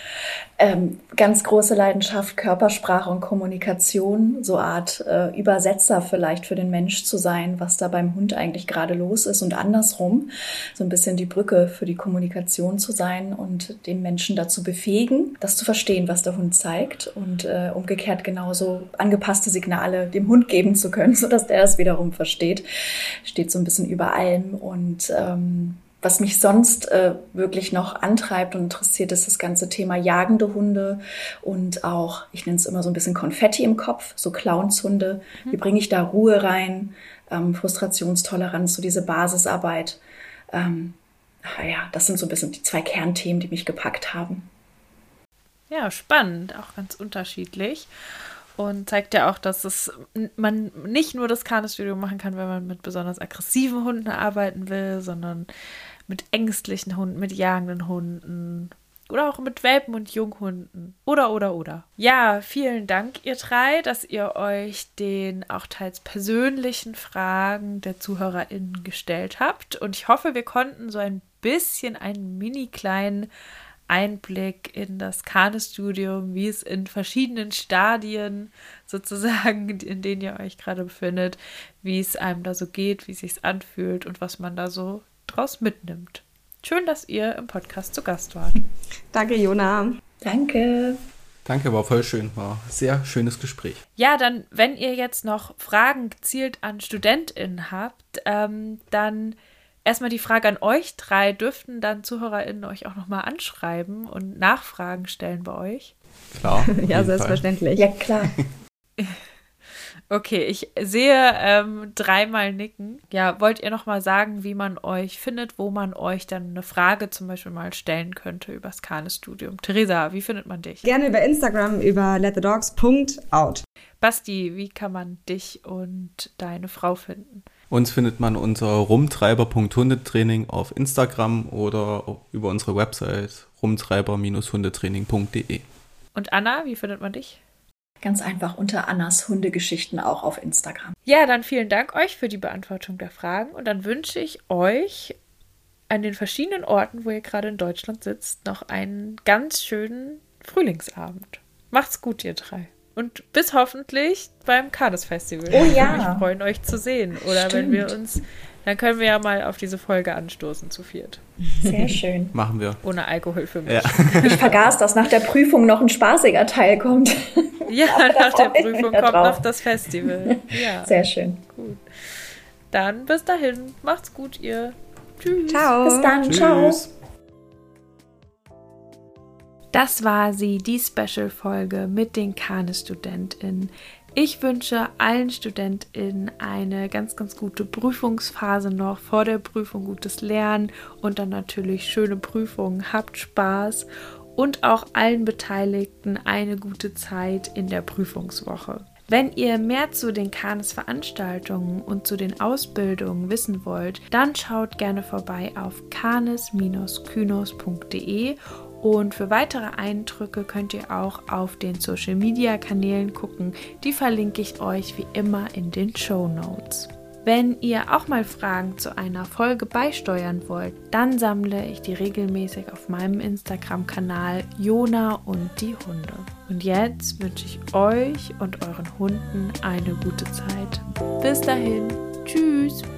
Ähm, ganz große Leidenschaft, Körpersprache und Kommunikation, so Art äh, Übersetzer vielleicht für den Mensch zu sein, was da beim Hund eigentlich gerade los ist und andersrum, so ein bisschen die Brücke für die Kommunikation zu sein und den Menschen dazu befähigen, das zu verstehen, was der Hund zeigt und äh, umgekehrt genauso angepasste Signale dem Hund geben zu können, sodass der es wiederum versteht, steht so ein bisschen über allem und ähm, was mich sonst äh, wirklich noch antreibt und interessiert, ist das ganze Thema jagende Hunde und auch, ich nenne es immer so ein bisschen Konfetti im Kopf, so Clownshunde. Mhm. Wie bringe ich da Ruhe rein, ähm, Frustrationstoleranz, so diese Basisarbeit. Ähm, ja, das sind so ein bisschen die zwei Kernthemen, die mich gepackt haben. Ja, spannend, auch ganz unterschiedlich. Und zeigt ja auch, dass es man nicht nur das Canis-Studio machen kann, wenn man mit besonders aggressiven Hunden arbeiten will, sondern mit ängstlichen Hunden, mit jagenden Hunden oder auch mit Welpen und Junghunden. Oder, oder, oder. Ja, vielen Dank, ihr drei, dass ihr euch den auch teils persönlichen Fragen der ZuhörerInnen gestellt habt. Und ich hoffe, wir konnten so ein bisschen einen mini kleinen Einblick in das Canis-Studium, wie es in verschiedenen Stadien sozusagen, in denen ihr euch gerade befindet, wie es einem da so geht, wie es sich anfühlt und was man da so draus mitnimmt. Schön, dass ihr im Podcast zu Gast wart. Danke, Jona. Danke. Danke, war voll schön. War ein sehr schönes Gespräch. Ja, dann, wenn ihr jetzt noch Fragen gezielt an StudentInnen habt, ähm, dann erstmal die Frage an euch drei. Dürften dann ZuhörerInnen euch auch nochmal anschreiben und Nachfragen stellen bei euch? Klar. Ja, selbstverständlich. Ja, klar. Okay, ich sehe ähm, dreimal nicken. Ja, wollt ihr nochmal sagen, wie man euch findet, wo man euch dann eine Frage zum Beispiel mal stellen könnte über das Canis-Studium? Theresa, wie findet man dich? Gerne über Instagram, über let the dogs punkt out. Basti, wie kann man dich und deine Frau finden? Uns findet man unter rumtreiber punkt hundetraining auf Instagram oder über unsere Website rumtreiber Bindestrich hundetraining punkt de. Und Anna, wie findet man dich? Ganz einfach unter Annas Hundegeschichten auch auf Instagram. Ja, dann vielen Dank euch für die Beantwortung der Fragen und dann wünsche ich euch an den verschiedenen Orten, wo ihr gerade in Deutschland sitzt, noch einen ganz schönen Frühlingsabend. Macht's gut, ihr drei. Und bis hoffentlich beim Canis-Festival. Oh ja. Wir freuen euch zu sehen. Oder Stimmt. wenn wir uns, dann können wir ja mal auf diese Folge anstoßen zu viert. Sehr schön. Machen wir. Ohne Alkohol für mich. Ja. Ich vergaß, dass nach der Prüfung noch ein spaßiger Teil kommt. Ja, nach der Prüfung kommt noch das Festival. Ja. Sehr schön. Gut. Dann bis dahin. Macht's gut, ihr. Tschüss. Ciao. Bis dann. Tschüss. Ciao. Das war sie, die Special-Folge mit den Canis-StudentInnen. Ich wünsche allen StudentInnen eine ganz, ganz gute Prüfungsphase noch, vor der Prüfung gutes Lernen und dann natürlich schöne Prüfungen. Habt Spaß und auch allen Beteiligten eine gute Zeit in der Prüfungswoche. Wenn ihr mehr zu den Canis-Veranstaltungen und zu den Ausbildungen wissen wollt, dann schaut gerne vorbei auf canis Bindestrich kynos punkt de. Und für weitere Eindrücke könnt ihr auch auf den Social-Media-Kanälen gucken. Die verlinke ich euch wie immer in den Shownotes. Wenn ihr auch mal Fragen zu einer Folge beisteuern wollt, dann sammle ich die regelmäßig auf meinem Instagram-Kanal Jona und die Hunde. Und jetzt wünsche ich euch und euren Hunden eine gute Zeit. Bis dahin, tschüss!